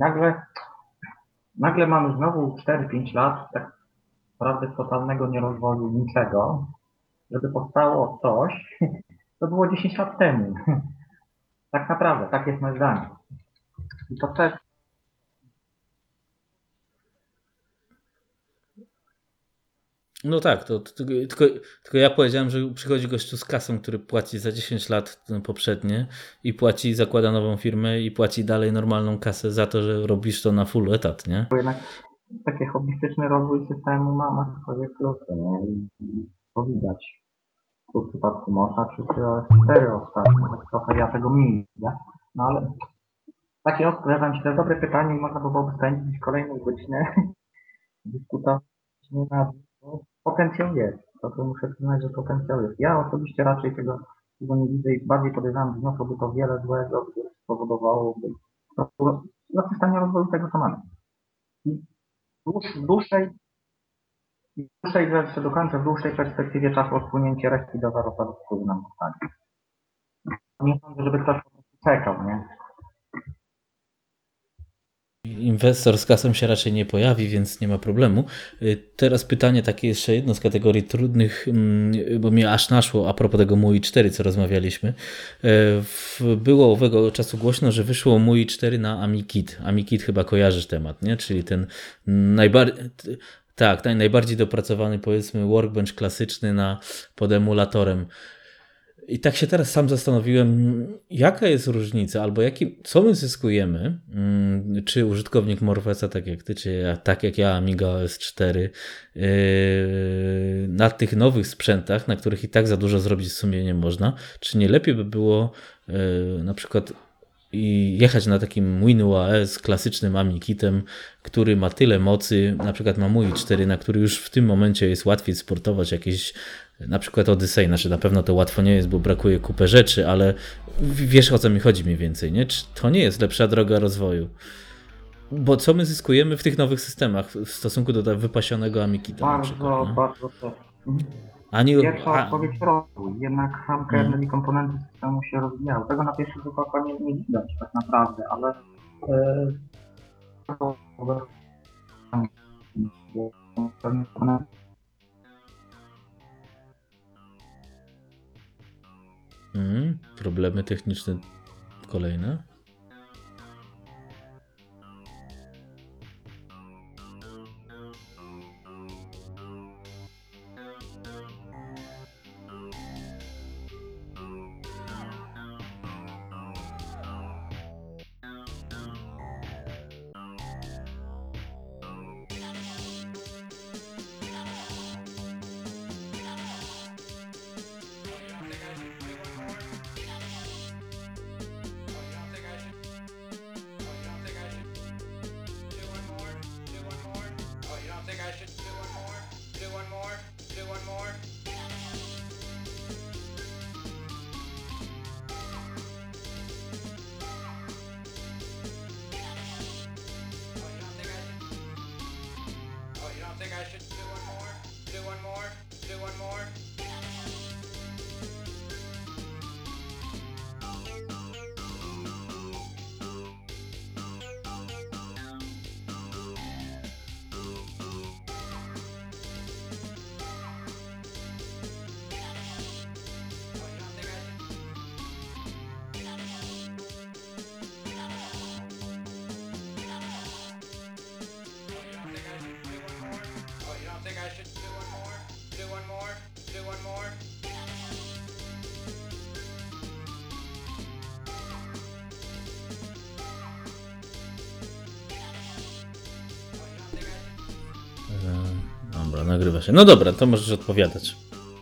nagle mamy znowu 4-5 lat tak naprawdę totalnego nierozwoju niczego, żeby powstało coś, co było 10 lat temu. Tak naprawdę, tak jest moje zdanie. I to też No tak, tylko ja powiedziałem, że przychodzi gościu z kasą, który płaci za 10 lat poprzednie i płaci, zakłada nową firmę i płaci dalej normalną kasę za to, że robisz to na full etat, nie? bo jednak taki hobbystyczny rozwój systemu ma swoje plusy, nie? I to widać. Tu w przypadku Mosa czy 4 ostatnio, trochę ja tego mniej widzę. No ale takie odpowiadam Ci, to jest dobre pytanie i można by byłoby spędzić kolejną godzinę dyskutować nie na potencjał jest. To muszę przyznać, że potencjał jest. Ja osobiście raczej tego nie widzę i bardziej podejrzewam, że wniosłoby to wiele złego, które spowodowałoby zaprzestanie rozwoju tego samego. I w dłuższej, że jeszcze dokończę, w dłuższej perspektywie czasu odpłynięcie reszty do zarobu wpływu nam zostanie. Nie sądzę, żeby ktoś po prostu czekał, nie? Inwestor z kasą się raczej nie pojawi, więc nie ma problemu. Teraz pytanie takie jeszcze jedno z kategorii trudnych, bo mnie aż naszło a propos tego MUI 4, co rozmawialiśmy. Było owego czasu głośno, że wyszło MUI 4 na AmiKit. AmiKit chyba kojarzysz temat, nie? Czyli ten najbardziej dopracowany, powiedzmy, workbench klasyczny pod emulatorem. I tak się teraz sam zastanowiłem, jaka jest różnica, albo co my zyskujemy, czy użytkownik Morfesa, tak jak ty, czy tak jak ja, Amiga OS 4, na tych nowych sprzętach, na których i tak za dużo zrobić w sumie nie można, czy nie lepiej by było na przykład i jechać na takim WinUAE z klasycznym AmiKitem, który ma tyle mocy, na przykład ma mój 4, na który już w tym momencie jest łatwiej sportować jakieś, na przykład Odyssey, znaczy na pewno to łatwo nie jest, bo brakuje kupę rzeczy, ale wiesz o co mi chodzi mniej więcej, nie? Czy to nie jest lepsza droga rozwoju? Bo co my zyskujemy w tych nowych systemach w stosunku do wypasionego AmiKita na przykład, Bardzo, no? bardzo też. Ani, Pierwsza a, odpowiedź rozwój. Jednak sam kernel i komponenty systemu się rozwijały. Tego na pierwszy rzut oka nie widać tak naprawdę, ale problemy techniczne kolejne. Dobra, nagrywa się. No dobra, to możesz odpowiadać.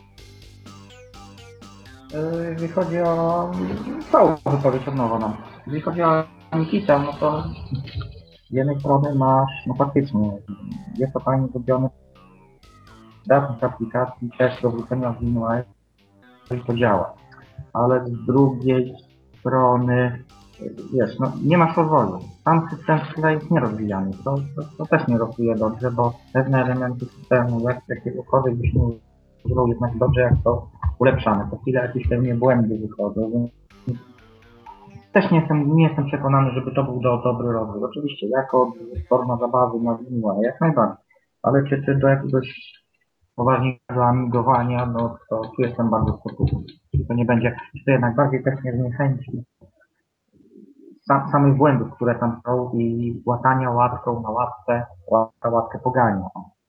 jeżeli chodzi o całą wypowiedź od nowa nam. Jeżeli chodzi o Nikita, no to z jednej strony masz, no faktycznie, jest to fajnie zrobione w aplikacji, też do wrzucenia w WinUAE, i to działa. Ale z drugiej strony, wiesz, no nie masz rozwoju. Sam system w tle jest nierozwijany. To też nie rozwija dobrze, bo pewne elementy systemu, jakiegokolwiek byś nie używał, jednak dobrze jak to ulepszane. To chwilę jakieś pewnie błędy wychodzą, więc też nie jestem przekonany, żeby to był dobry rozwój. Oczywiście jako forma zabawy na WinUAE jak najbardziej. Ale czy do jakiegoś poważniejszego amigowania, no to tu jestem bardzo skeptyczny. To nie będzie, to jednak bardziej też nie zniechęci samych błędów, które tam są i łatania łatką na łatkę, łatkę pogania.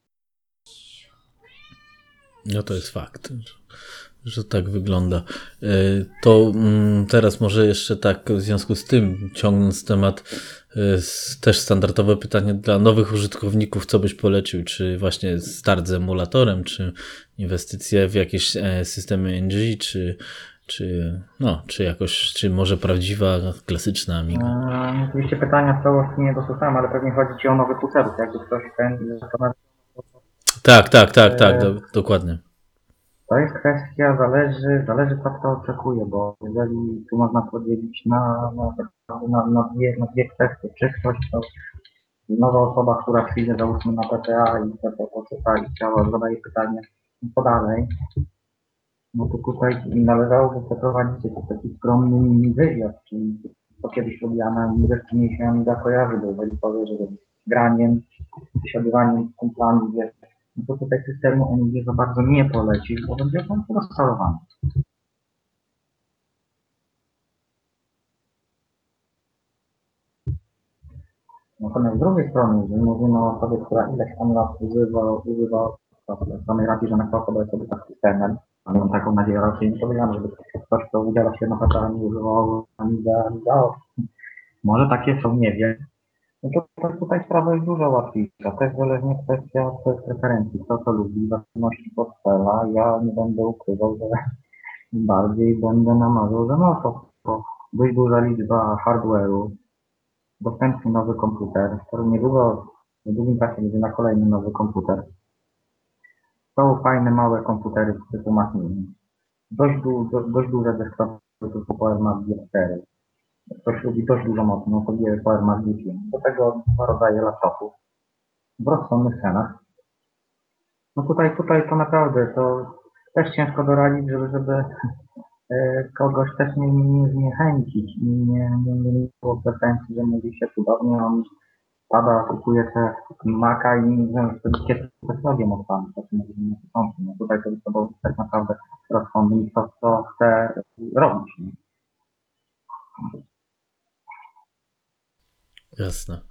No to jest fakt, że tak wygląda. To teraz może jeszcze tak w związku z tym, ciągnąc temat, też standardowe pytanie dla nowych użytkowników, co byś polecił? Czy właśnie start z emulatorem, czy inwestycje w jakieś systemy NG, czy jakoś, czy może prawdziwa, klasyczna Amiga? Oczywiście pytania w całości nie dosłyszałem, ale pewnie chodzi Ci o nowy pucerów, jakby ktoś ten zastanawiał. Tak, dokładnie. To jest kwestia, zależy co kto oczekuje, bo jeżeli tu można podzielić na dwie kwestie, czy ktoś to nowa osoba, która przyjdzie załóżmy na PTA i to czyta i zadaje pytanie, co dalej, no to tutaj należałoby przeprowadzić jakiś taki skromny mini wywiad, czyli to kiedyś robiana i rzeczy mi się Amiga kojarzy, bo jeżeli powie, że graniem, wysiadywaniem z kumplami, wiesz, no to tutaj systemu Amiga za bardzo nie poleci, bo będzie on rozczarowany. Natomiast z drugiej strony, jeżeli mówimy o osobie, która ileś tam lat używa w samej racji, że na osoba jest sobie tak systemem, ale mam taką nadzieję, raczej nie powiedziałem, żeby ktoś, kto udziela się na PTA nie używał Amiga. Może takie są, nie wiem. No to tutaj sprawa jest dużo łatwiejsza. Też zależnie kwestia preferencji, kto to lubi, zależności portfela. Ja nie będę ukrywał, że bardziej będę namawiał, że no to dość duża liczba hardware'u, dostępny nowy komputer, który niedługo, w niedługim czasie będzie na kolejny nowy komputer. Są fajne, małe komputery typu Macmini. Dość duże desktopy typu PowerMac G4. Jak ktoś lubi dość dużo mocy, no to bierze PowerMac G5. Do tego dwa rodzaje laptopów w rozsądnych cenach. No tutaj to naprawdę to też ciężko doradzić, żeby kogoś też nie zniechęcić i nie było pretensji, że mówi się cudownie, on pada, kupuje te Maca i nie wiem, wtedy kiedy technologię odpalmy, to co mówimy na początku. No tutaj to trzeba być tak naprawdę rozsądny i to, co chce robić. Nie? Jasne.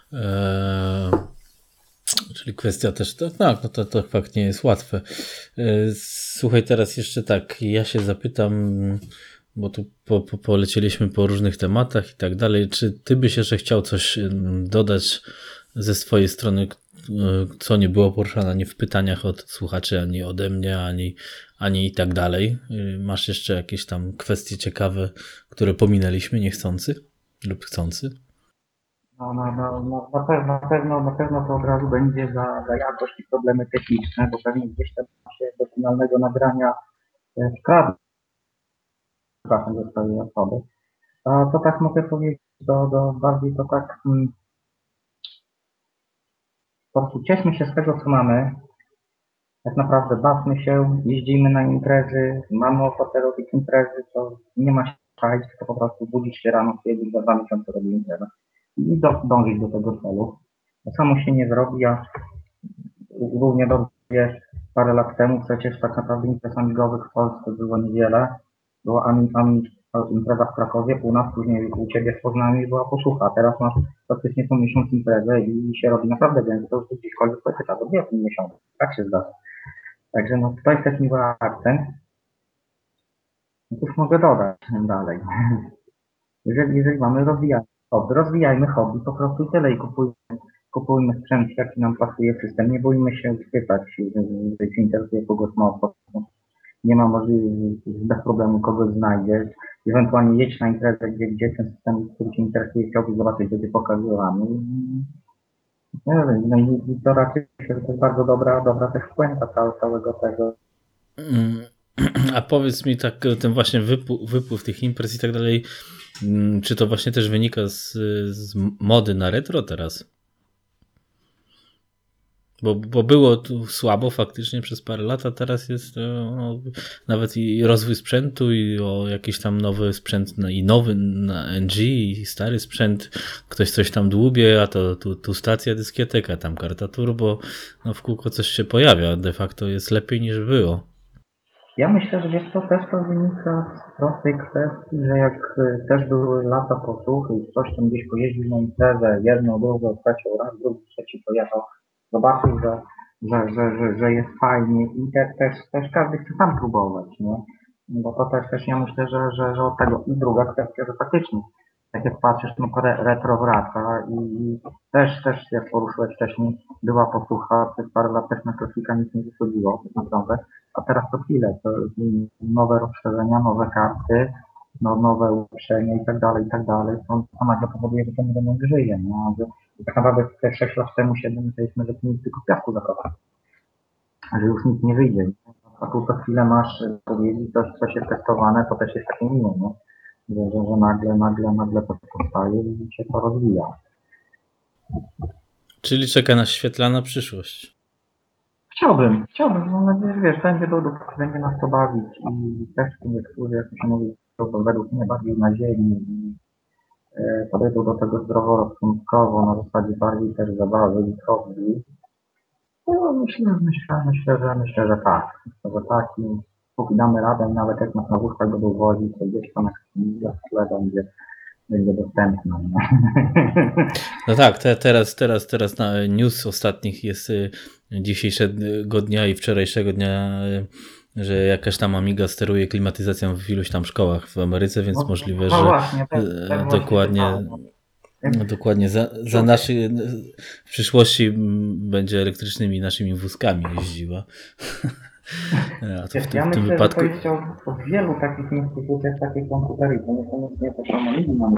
Czyli kwestia też, tak, no to fakt nie jest łatwe. Słuchaj, teraz jeszcze tak, ja się zapytam, bo tu polecieliśmy po różnych tematach i tak dalej, czy ty byś jeszcze chciał coś dodać ze swojej strony, co nie było poruszane ani w pytaniach od słuchaczy, ani ode mnie, ani i tak dalej? Masz jeszcze jakieś tam kwestie ciekawe, które pominęliśmy, niechcący lub chcący? No, na pewno to od razu będzie za jakość i problemy techniczne, bo pewnie gdzieś tam się do finalnego nagrania wkradł czasem do swojej osoby. A to tak mogę powiedzieć, do bardziej to tak po prostu cieszmy się z tego, co mamy. Tak naprawdę bawmy się, jeździmy na imprezy, mamy ochotę robić imprezy, to nie ma się czaić, tylko po prostu budzić się rano, stwierdzić, za 2 miesiące robię imprezę i dążyć do tego celu. To samo się nie zrobi, a równie dobrze wiesz, parę lat temu przecież tak naprawdę imprez amigowych w Polsce było niewiele. Była impreza w Krakowie, u nas, później u Ciebie w Poznaniu była posłucha. Teraz masz praktycznie co miesiąc imprezę i się robi naprawdę więcej. To już gdzieśkolwiek pyta, to wie w tym miesiącu. Tak się zdarza. Także no tutaj też mi był akcent. No cóż mogę dodać dalej. Jeżeli mamy rozwijajmy hobby po prostu i tyle i kupujmy sprzęt, jaki nam pasuje w system. Nie bójmy się chwytać, jeżeli się interesuje kogoś mocno. Nie ma możliwości, bez problemu kogoś znajdziesz. Ewentualnie jedź na imprezę, gdzie ten system, który Cię interesuje, chciałbyś zobaczyć, będzie pokazywany. No i to raczej to jest bardzo dobra też puenta całego tego. A powiedz mi tak, ten właśnie wypływ tych imprez i tak dalej, czy to właśnie też wynika z mody na retro teraz? Bo było tu słabo faktycznie przez parę lat, a teraz jest no, nawet i rozwój sprzętu i o jakiś tam nowy sprzęt i nowy na NG i stary sprzęt, ktoś coś tam dłubie, a to tu stacja dyskietek, a tam karta turbo, no w kółko coś się pojawia, de facto jest lepiej niż było. Ja myślę, że wiesz co, też to wynika z prostej kwestii, że jak też były lata posłuchy i ktoś tam gdzieś pojeździł na imprezę, jedną, drugą, trzecią, raz, drugi, trzeci pojechał, zobaczył, że jest fajnie i też każdy chce sam próbować, nie? Bo to też ja myślę, że od tego. I druga kwestia, że faktycznie, tak jak patrzysz, no retro wraca i też jak poruszyłeś wcześniej, była posłucha, przez parę lat też na klasika nic nie wychodziło, tak naprawdę, a teraz to chwilę, to nowe rozszerzenia, nowe karty, no, nowe ulepszenia i tak dalej, to nagle powoduje, że ten rynek żyje, no, że tak naprawdę te 6 lat temu, 7 myśleliśmy, że nic tylko w piasku zakopać, że już nic nie wyjdzie. A tu co chwilę masz powiedzieć coś jest testowane, to też jest takie miłe, nie? Że nagle to powstaje i się to rozwija. Czyli czeka nas świetlana przyszłość. Chciałbym, mam nadzieję, że wiesz, będzie nas to bawić i też niektórzy, jak to się mówi, to według mnie bardziej na ziemi i podejdą do tego zdroworozsądkowo, na zasadzie bardziej też zabawy i hobby. No, myślę, że tak. Myślę, że tak i póki damy radę, nawet jak nas na wózkach będą wozić, to gdzieś tam na tle będzie dostępna. No tak, teraz na news ostatnich jest dzisiejszego dnia i wczorajszego dnia, że jakaś tam Amiga steruje klimatyzacją w iluś tam szkołach w Ameryce, więc No, możliwe, no że właśnie, dokładnie za naszych w przyszłości będzie elektrycznymi naszymi wózkami jeździła. A to w Ja tym myślę, wypadku... że to jest o wielu takich instytucjach, takie komputery, to niekoniecznie to samo mamy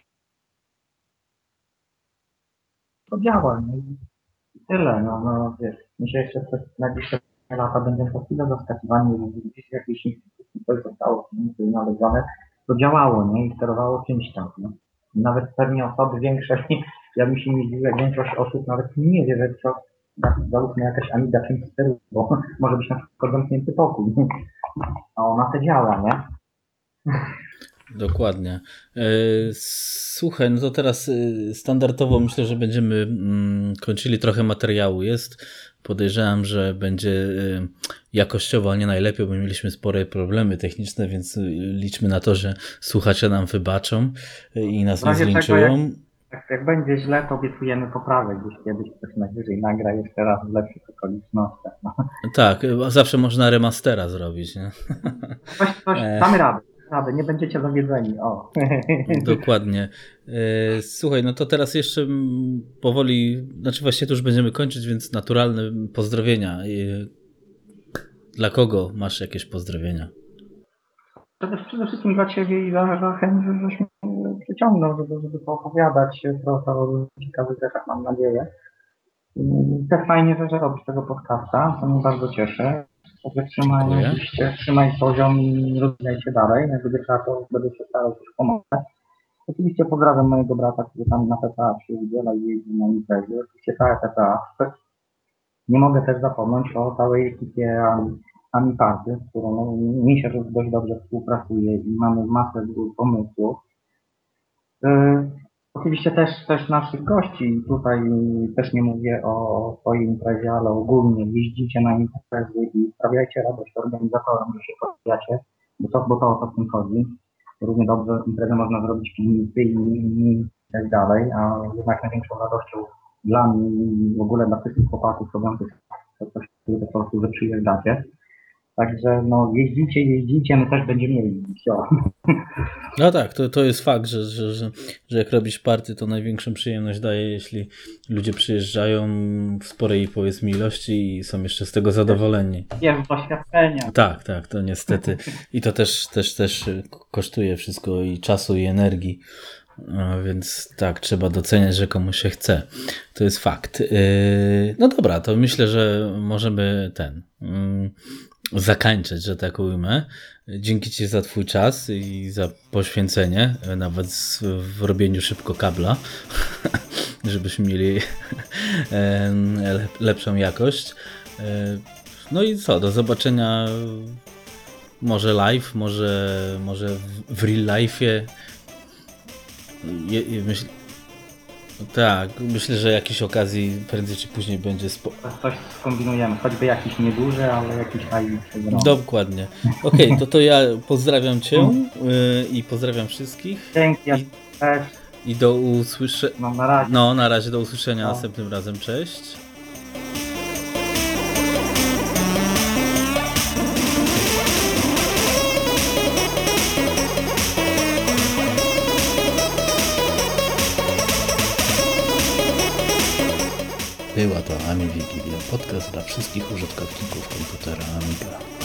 to działa, nie? I tyle, no wiesz, my się jeszcze przez najbliższe lata będziemy po chwilę zaskakiwani, że gdzieś w jakiejś instytucji coś zostało znalezione, to działało, nie? I sterowało czymś tam, nie? Nawet pewnie osoby większe, ja mi się nie dziwię, większość osób nawet nie wie, że co, załóżmy jakaś Amiga czymś steruje, bo może być na przykład zamknięty pokój, nie? A ona to działa, nie? Dokładnie. Słuchaj, no to teraz standardowo myślę, że będziemy kończyli trochę materiału. Podejrzewam, że będzie jakościowo nie najlepiej, bo mieliśmy spore problemy techniczne, więc liczmy na to, że słuchacze nam wybaczą i nas nie zlinczują. Jak będzie źle, to obiecujemy poprawę, gdzieś kiedyś coś najwyżej nagra jeszcze raz w lepszych okolicznościach. No. Tak, zawsze można remastera zrobić, nie? Coś damy radę, nie będziecie zawiedzeni. O. Dokładnie. Słuchaj, no to teraz jeszcze powoli, znaczy właśnie tu już będziemy kończyć, więc naturalne pozdrowienia. Dla kogo masz jakieś pozdrowienia? Przede wszystkim dla Ciebie i za chęć, żeś mnie przyciągnął, żeby poopowiadać trochę o różnych ciekawych rzeczach, mam nadzieję. Też fajnie, że robisz tego podcasta, to mnie bardzo cieszy. Trzymaj poziom i rozwijaj się dalej. Jak będzie trzeba, to będę się starał też pomagać. Oczywiście pozdrawiam mojego brata, który tam na PTA się udziela i jeździ na imprezie. Oczywiście całe PTA. Nie mogę też zapomnieć o całej ekipie AmiParty, z którą mi się dość dobrze współpracuje i mamy masę pomysłów. Oczywiście też naszych gości, tutaj też nie mówię o swojej imprezie, ale ogólnie jeździcie na imprezy i sprawiajcie radość organizatorom, że się pojawiacie, bo to o to w tym chodzi. Równie dobrze imprezę można zrobić w piwnicy i tak dalej, a jednak największą radością dla mnie i w ogóle dla wszystkich chłopaków robiących to coś, po prostu, że przyjeżdżacie. Także no jeździcie, my też będziemy jeździć. No tak, to jest fakt, że jak robisz party, to największą przyjemność daje, jeśli ludzie przyjeżdżają w sporej, powiedzmy, ilości i są jeszcze z tego zadowoleni. Jest doświadczenia. Tak, to niestety. I to też kosztuje wszystko i czasu, i energii. Więc tak, trzeba doceniać, że komuś się chce. To jest fakt. No dobra, to myślę, że możemy zakańczać, że tak ujmę. Dzięki Ci za Twój czas i za poświęcenie, nawet w robieniu szybko kabla, żebyśmy mieli lepszą jakość. No i co, do zobaczenia może live, może w real life'ie. Myślę, że jakiejś okazji prędzej czy później będzie coś skombinujemy, choćby jakiś nieduży, ale jakiś fajny. Dokładnie. Okej, to ja pozdrawiam Cię i pozdrawiam wszystkich. Dzięki, ja też. I do usłyszenia. No na razie. No, na razie, do usłyszenia następnym razem. Cześć. Była to AmiWigilia, podcast dla wszystkich użytkowników komputera Amiga.